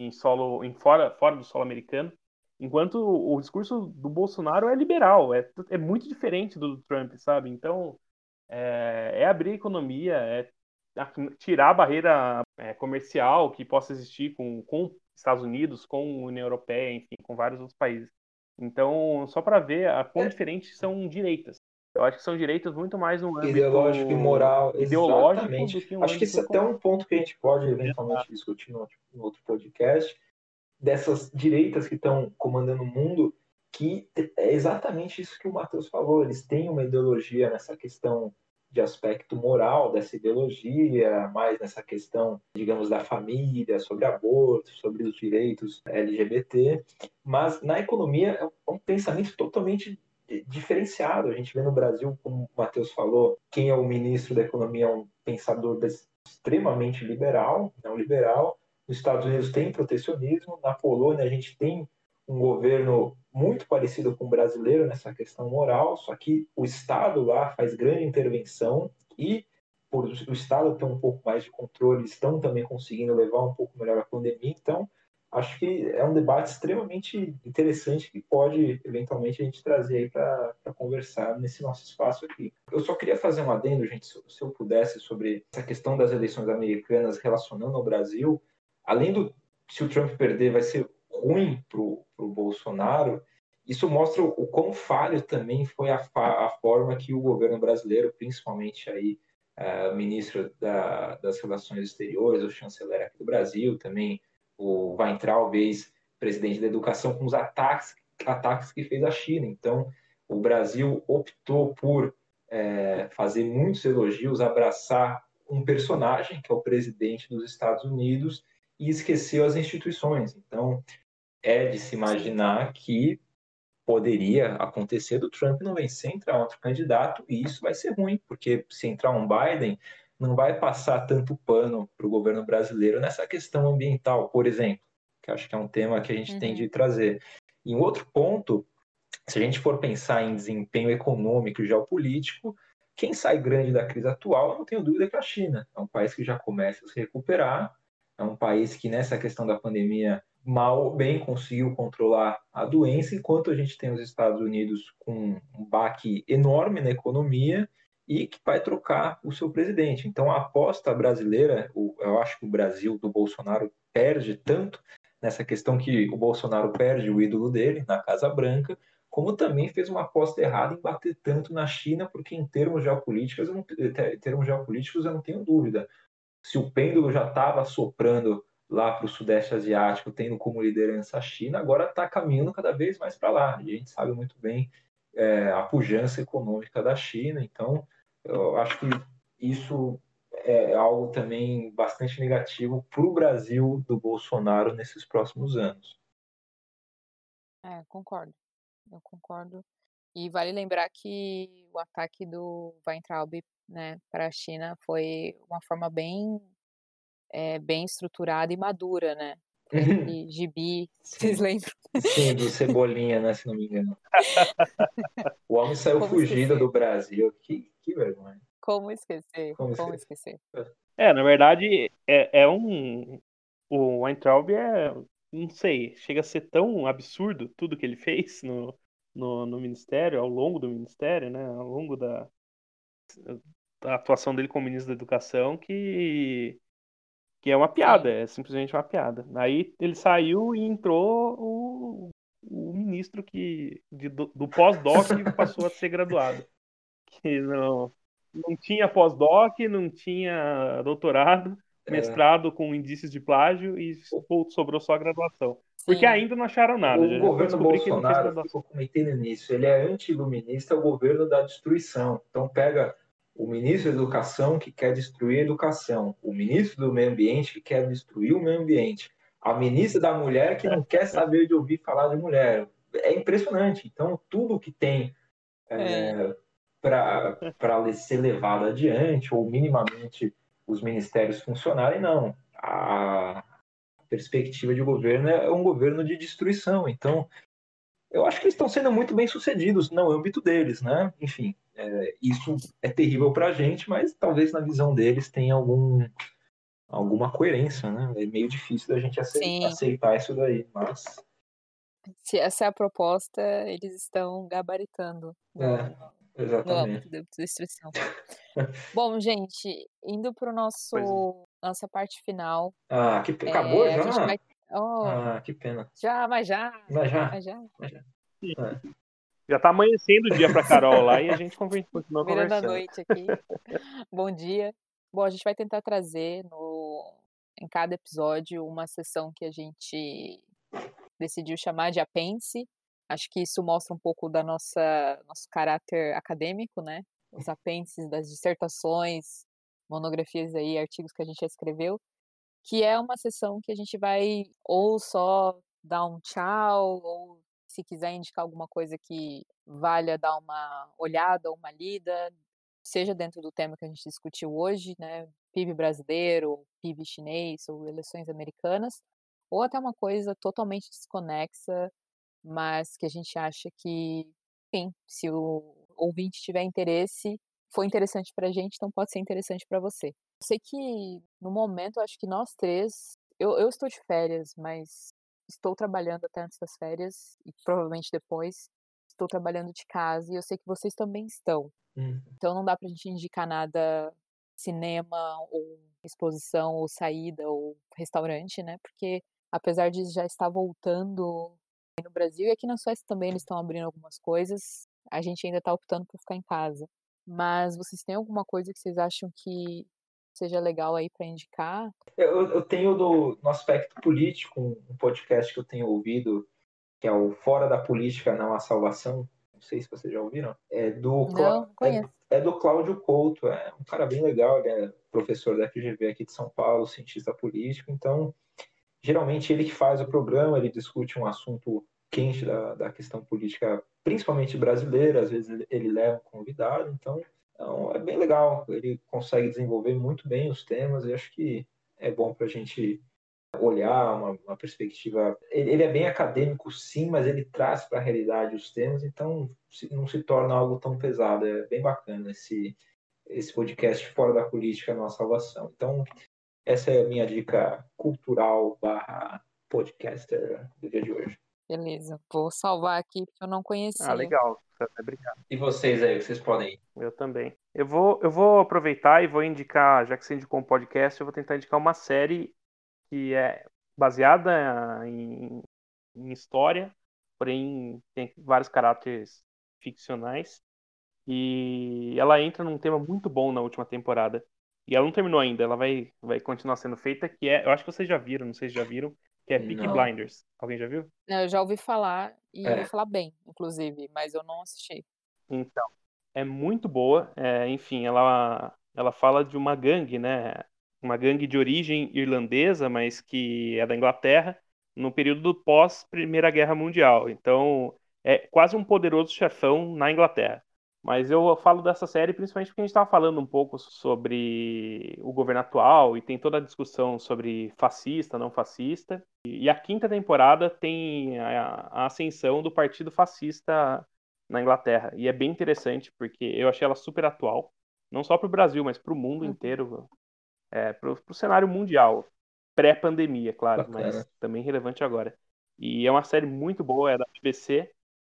fora do solo americano. Enquanto o discurso do Bolsonaro é liberal, é muito diferente do Trump, sabe? Então, é abrir a economia, tirar a barreira comercial que possa existir com Estados Unidos, com a União Europeia, enfim, com vários outros países. Então, só para ver a quão diferentes são direitas. Eu acho que são direitas muito mais no âmbito Ideológico e moral, ideológico do exatamente. que no Acho que âmbito isso é até econômico. um ponto que a gente pode eventualmente discutir no outro podcast, dessas direitas que estão comandando o mundo, que é exatamente isso que o Matheus falou. Eles têm uma ideologia nessa questão de aspecto moral dessa ideologia, mais nessa questão, digamos, da família, sobre aborto, sobre os direitos LGBT, mas na economia é um pensamento totalmente diferenciado. A gente vê no Brasil, como o Matheus falou, quem é o ministro da economia é um pensador extremamente liberal, neoliberal. Nos Estados Unidos tem protecionismo, na Polônia a gente tem um governo muito parecido com o brasileiro nessa questão moral, só que o Estado lá faz grande intervenção e, por o Estado ter um pouco mais de controle, estão também conseguindo levar um pouco melhor a pandemia. Então, acho que é um debate extremamente interessante que pode, eventualmente, a gente trazer aí para conversar nesse nosso espaço aqui. Eu só queria fazer um adendo, gente, se eu pudesse, sobre essa questão das eleições americanas relacionando ao Brasil. Além do, se o Trump perder, vai ser ruim para o Bolsonaro, isso mostra o quão falho também foi a forma que o governo brasileiro, principalmente aí, o ministro das Relações Exteriores, o chanceler aqui do Brasil, também o Weintraub, ex-presidente da Educação, com os ataques que fez a China. Então, o Brasil optou por fazer muitos elogios, abraçar um personagem, que é o presidente dos Estados Unidos, e esqueceu as instituições. Então, é de se imaginar que poderia acontecer do Trump não vencer, entrar outro candidato, e isso vai ser ruim, porque se entrar um Biden, não vai passar tanto pano para o governo brasileiro nessa questão ambiental, por exemplo, que acho que é um tema que a gente tem de trazer. E um outro ponto, se a gente for pensar em desempenho econômico e geopolítico, quem sai grande da crise atual, eu não tenho dúvida que é a China. É um país que já começa a se recuperar, é um país que nessa questão da pandemia mal ou bem conseguiu controlar a doença, enquanto a gente tem os Estados Unidos com um baque enorme na economia e que vai trocar o seu presidente. Então a aposta brasileira, eu acho que o Brasil do Bolsonaro perde tanto nessa questão que o Bolsonaro perde o ídolo dele na Casa Branca, como também fez uma aposta errada em bater tanto na China, porque em termos geopolíticos eu não tenho dúvida. Se o pêndulo já estava soprando lá para o Sudeste Asiático, tendo como liderança a China, agora está caminhando cada vez mais para lá. E a gente sabe muito bem a pujança econômica da China, então eu acho que isso é algo também bastante negativo para o Brasil do Bolsonaro nesses próximos anos. Concordo. Eu concordo. E vale lembrar que o ataque do Weintraub, né, para a China foi uma forma bem estruturada e madura, né? Foi aquele gibi, vocês lembram? Sim, do Cebolinha, né, se não me engano. O homem saiu Como fugido esquecer? do Brasil. Que vergonha. Como esquecer? Como Como esquecer? esquecer? Na verdade, o Weintraub não sei, chega a ser tão absurdo tudo que ele fez no ministério, ao longo do ministério, né? Ao longo da atuação dele como ministro da Educação, que é uma piada, Sim. é simplesmente uma piada. Aí ele saiu e entrou o ministro do pós-doc passou a ser graduado. Que não tinha pós-doc, não tinha doutorado, mestrado com indícios de plágio e sobrou só a graduação. Porque Sim. ainda não acharam nada, O já foi governo descobrir que ele não fez Bolsonaro, eu graduação. fico cometendo nisso, ele é anti-iluminista, é o governo da destruição. Então pega o ministro da Educação que quer destruir a educação, o ministro do Meio Ambiente que quer destruir o meio ambiente, a ministra da Mulher que não quer saber de ouvir falar de mulher. É impressionante. Então tudo que tem para ser levado adiante, ou minimamente os ministérios funcionarem, não. A perspectiva de governo é um governo de destruição. Então, eu acho que eles estão sendo muito bem sucedidos no âmbito deles, né? Enfim, isso é terrível para a gente, mas talvez na visão deles tenha alguma coerência, né? É meio difícil da gente Sim. aceitar isso daí, mas... Se essa é a proposta, eles estão gabaritando no âmbito Exatamente. da destruição. Bom, gente, indo para nossa parte final, Acabou a gente já? vai. Oh, Que pena. já, mas já, Mas já. mas já. Já tá amanhecendo o dia pra Carol lá e a gente continua Virando a conversando. noite aqui. Bom dia. Bom, a gente vai tentar trazer em cada episódio uma sessão que a gente decidiu chamar de apêndice. Acho que isso mostra um pouco da nosso caráter acadêmico, né? Os apêndices das dissertações, monografias aí, artigos que a gente já escreveu, que é uma sessão que a gente vai ou só dar um tchau, ou se quiser indicar alguma coisa que valha dar uma olhada ou uma lida, seja dentro do tema que a gente discutiu hoje, né, PIB brasileiro, PIB chinês ou eleições americanas, ou até uma coisa totalmente desconexa, mas que a gente acha que, enfim, se o ouvinte tiver interesse, for interessante para a gente, então pode ser interessante para você. Eu sei que no momento, acho que nós três, eu estou de férias, mas estou trabalhando até antes das férias e provavelmente depois. Estou trabalhando de casa e eu sei que vocês também estão. Então não dá pra gente indicar nada, cinema ou exposição ou saída ou restaurante, né, porque apesar de já estar voltando no Brasil e aqui na Suécia também eles estão abrindo algumas coisas, a gente ainda tá optando por ficar em casa. Mas vocês têm alguma coisa que vocês acham que seja legal aí pra indicar? Eu tenho no aspecto político um podcast que eu tenho ouvido, que é o Fora da Política Não Há Salvação. Não sei se vocês já ouviram. Não conheço. É do Cláudio Couto, é um cara bem legal, ele é professor da FGV aqui de São Paulo, cientista político, então Geralmente ele que faz o programa, ele discute um assunto quente da questão política, principalmente brasileira, às vezes ele leva um convidado, então é bem legal, ele consegue desenvolver muito bem os temas e acho que é bom para a gente olhar uma perspectiva. Ele é bem acadêmico, sim, mas ele traz para a realidade os temas, então não se torna algo tão pesado. É bem bacana esse podcast Fora da Política, Nossa Salvação. Então, essa é a minha dica cultural barra podcaster do dia de hoje. Beleza, vou salvar aqui porque eu não Ah, conhecia. legal. Obrigado. E vocês aí, vocês podem ir? Eu também. Eu vou aproveitar e vou indicar, já que você indicou um podcast, eu vou tentar indicar uma série que é baseada em história, porém tem vários caracteres ficcionais. E ela entra num tema muito bom na última temporada. E ela não terminou ainda, ela vai continuar sendo feita, que é, eu acho que vocês já viram, não sei se já viram, que é Peaky Não. Blinders. Alguém já viu? Eu já ouvi falar e ouvi É. falar bem, inclusive, mas eu não assisti. Então, é muito boa. Enfim, ela fala de uma gangue, né? Uma gangue de origem irlandesa, mas que é da Inglaterra, no período pós Primeira Guerra Mundial. Então, é quase um poderoso chefão na Inglaterra. Mas eu falo dessa série principalmente porque a gente estava falando um pouco sobre o governo atual e tem toda a discussão sobre fascista, não fascista. E a quinta temporada tem a ascensão do Partido Fascista na Inglaterra. E é bem interessante porque eu achei ela super atual, não só para o Brasil, mas para o mundo inteiro, para o cenário mundial, pré-pandemia, claro, Bacana. mas também relevante agora. E é uma série muito boa, é da BBC,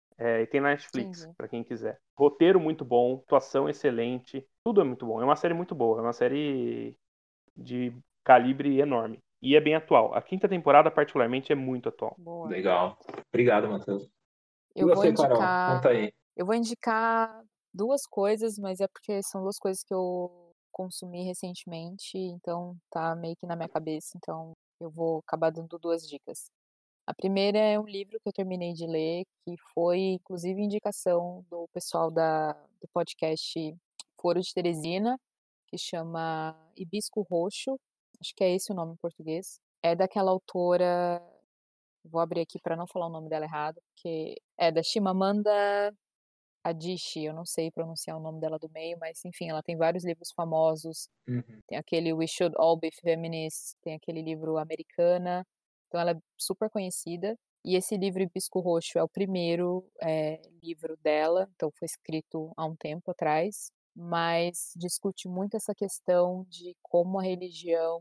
e tem na Netflix, Entendi. para quem quiser. Roteiro muito bom, atuação excelente, tudo é muito bom. É uma série muito boa, é uma série de calibre enorme. E é bem atual. A quinta temporada, particularmente, é muito atual. Boa. Legal. Obrigado, Matheus. E Eu vou você, Carol? indicar, Conta aí. eu vou indicar duas coisas, mas é porque são duas coisas que eu consumi recentemente, então tá meio que na minha cabeça, então eu vou acabar dando duas dicas. A primeira é um livro que eu terminei de ler, que foi inclusive indicação do pessoal do podcast Foro de Teresina, que chama Hibisco Roxo, acho que é esse o nome em português. É daquela autora, vou abrir aqui para não falar o nome dela errado, porque é da Chimamanda Adichie, eu não sei pronunciar o nome dela do meio, mas enfim, ela tem vários livros famosos. Uhum. Tem aquele We Should All Be Feminists, tem aquele livro Americana, então ela é super conhecida. E esse livro Hibisco Roxo é o primeiro livro dela, então foi escrito há um tempo atrás, mas discute muito essa questão de como a religião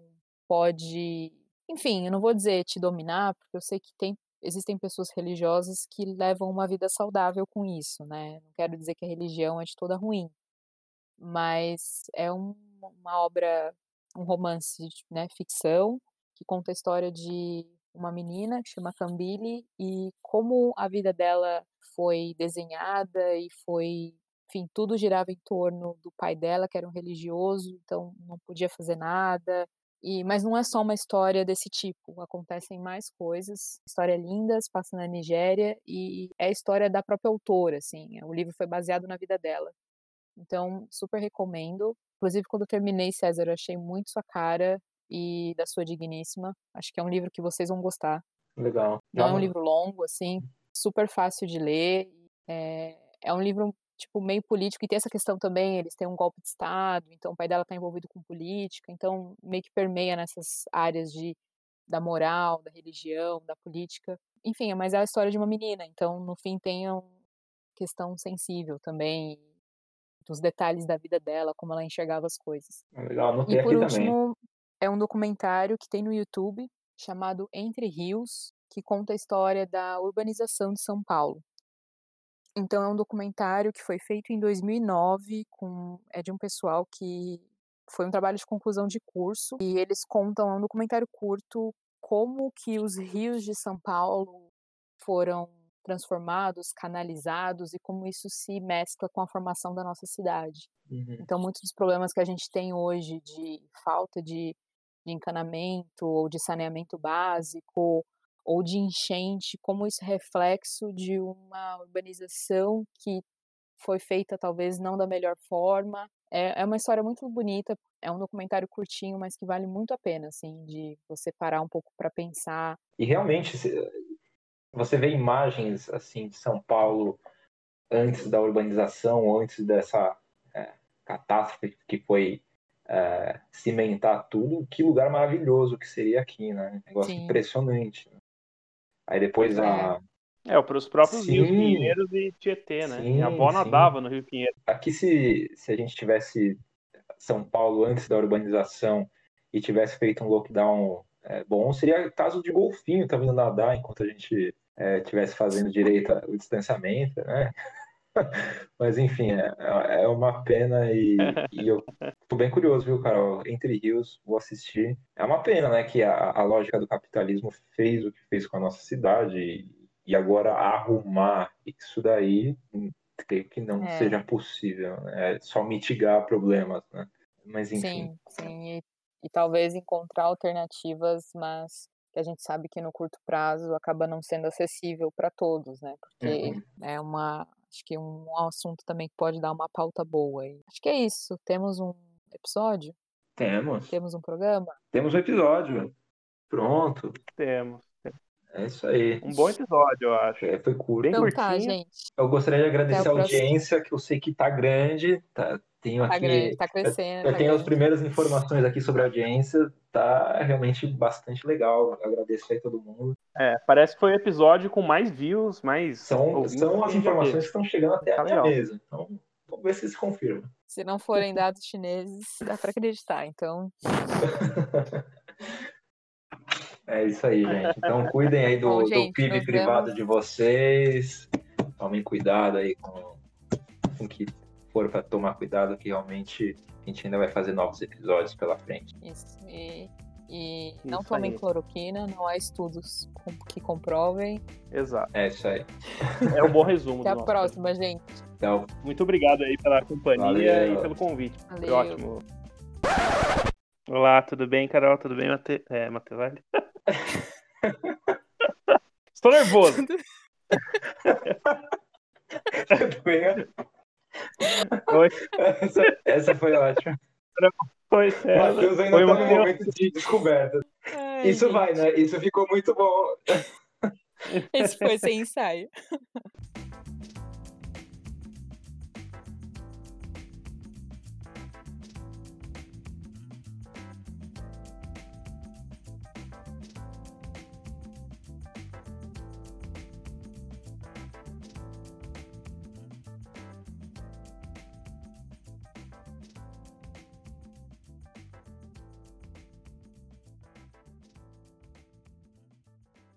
pode, enfim, eu não vou dizer te dominar, porque eu sei que existem pessoas religiosas que levam uma vida saudável com isso, né? Não quero dizer que a religião é de toda ruim, mas é uma obra, um romance, né, ficção, que conta a história de uma menina que chama Cambile e como a vida dela foi desenhada e foi, enfim, tudo girava em torno do pai dela, que era um religioso, então não podia fazer nada. Mas não é só uma história desse tipo, acontecem mais coisas. História linda, se passa na Nigéria e é a história da própria autora, assim. O livro foi baseado na vida dela. Então, super recomendo. Inclusive, quando eu terminei, César, eu achei muito sua cara e da sua digníssima. Acho que é um livro que vocês vão gostar. Legal. Não é um livro longo, assim, super fácil de ler. É um livro, tipo, meio político. E tem essa questão também, eles têm um golpe de Estado, então o pai dela está envolvido com política. Então, meio que permeia nessas áreas da moral, da religião, da política. Enfim, mas é a história de uma menina. Então, no fim, tem uma questão sensível também dos detalhes da vida dela, como ela enxergava as coisas. Legal, E anotei por aqui também. último, é um documentário que tem no YouTube chamado Entre Rios, que conta a história da urbanização de São Paulo. Então é um documentário que foi feito em 2009 é de um pessoal que foi um trabalho de conclusão de curso e eles contam, é um documentário curto, como que os rios de São Paulo foram transformados, canalizados e como isso se mescla com a formação da nossa cidade. Uhum. Então, muitos dos problemas que a gente tem hoje de falta de encanamento ou de saneamento básico ou de enchente, como isso é reflexo de uma urbanização que foi feita talvez não da melhor forma, É uma história muito bonita, é um documentário curtinho, mas que vale muito a pena, assim, de você parar um pouco para pensar. E realmente, você vê imagens assim de São Paulo antes da urbanização, antes dessa catástrofe que foi cimentar tudo, que lugar maravilhoso que seria aqui, né? Um negócio Sim. impressionante. Né? Aí depois os próprios rios Sim, Pinheiros e Tietê, né? Minha sim, avó sim. nadava no Rio Pinheiro. Aqui, se a gente tivesse São Paulo antes da urbanização e tivesse feito um lockdown bom, seria caso de golfinho tá vindo nadar enquanto a gente tivesse fazendo direito o distanciamento, né? Mas enfim, é uma pena e eu tô bem curioso, viu, Carol? Entre Rios, vou assistir. É uma pena, né, que a lógica do capitalismo fez o que fez com a nossa cidade e agora arrumar isso daí, creio que não seja possível, né? É só mitigar problemas, né? Mas enfim. Sim. E talvez encontrar alternativas, mas que a gente sabe que no curto prazo acaba não sendo acessível para todos, né? Porque acho que um assunto também que pode dar uma pauta boa. E acho que é isso. Temos um episódio? Temos um programa? Temos um episódio. Pronto. Temos. É isso aí. Um bom episódio, eu acho. Foi curto. Bem Então curtinho. tá, gente. Eu gostaria de agradecer Até a o próximo. audiência, que eu sei que tá grande. Tenho Tá aqui. grande, tá crescendo. Eu tenho as primeiras informações aqui sobre a audiência. Tá realmente bastante legal. Agradeço aí todo mundo. Parece que foi o episódio com mais views, mais São ouvintes as que informações já que estão chegando até Tá a minha legal. mesa. Então, vamos ver se se confirma. Se não forem dados chineses, dá para acreditar. Então, É isso aí, gente. Então, cuidem aí Bom, do gente, PIB nos privado vemos. de vocês. Tomem cuidado aí com o que for para tomar cuidado, que realmente a gente ainda vai fazer novos episódios pela frente. Isso. E não Isso tomem aí. cloroquina, não há estudos que comprovem. Exato. É isso aí. É um bom resumo. Até do a nosso próxima, gente. Então, Muito obrigado aí pela companhia Valeu. e pelo convite. Foi Valeu. ótimo. Olá, tudo bem, Carol? Tudo bem, Matheus? Estou nervoso. Oi. Essa foi ótima. Oi, O César. Matheus ainda Oi, tá no Matheus. momento de descoberta. Ai, Isso gente, vai, né? Isso ficou muito bom. esse foi sem ensaio.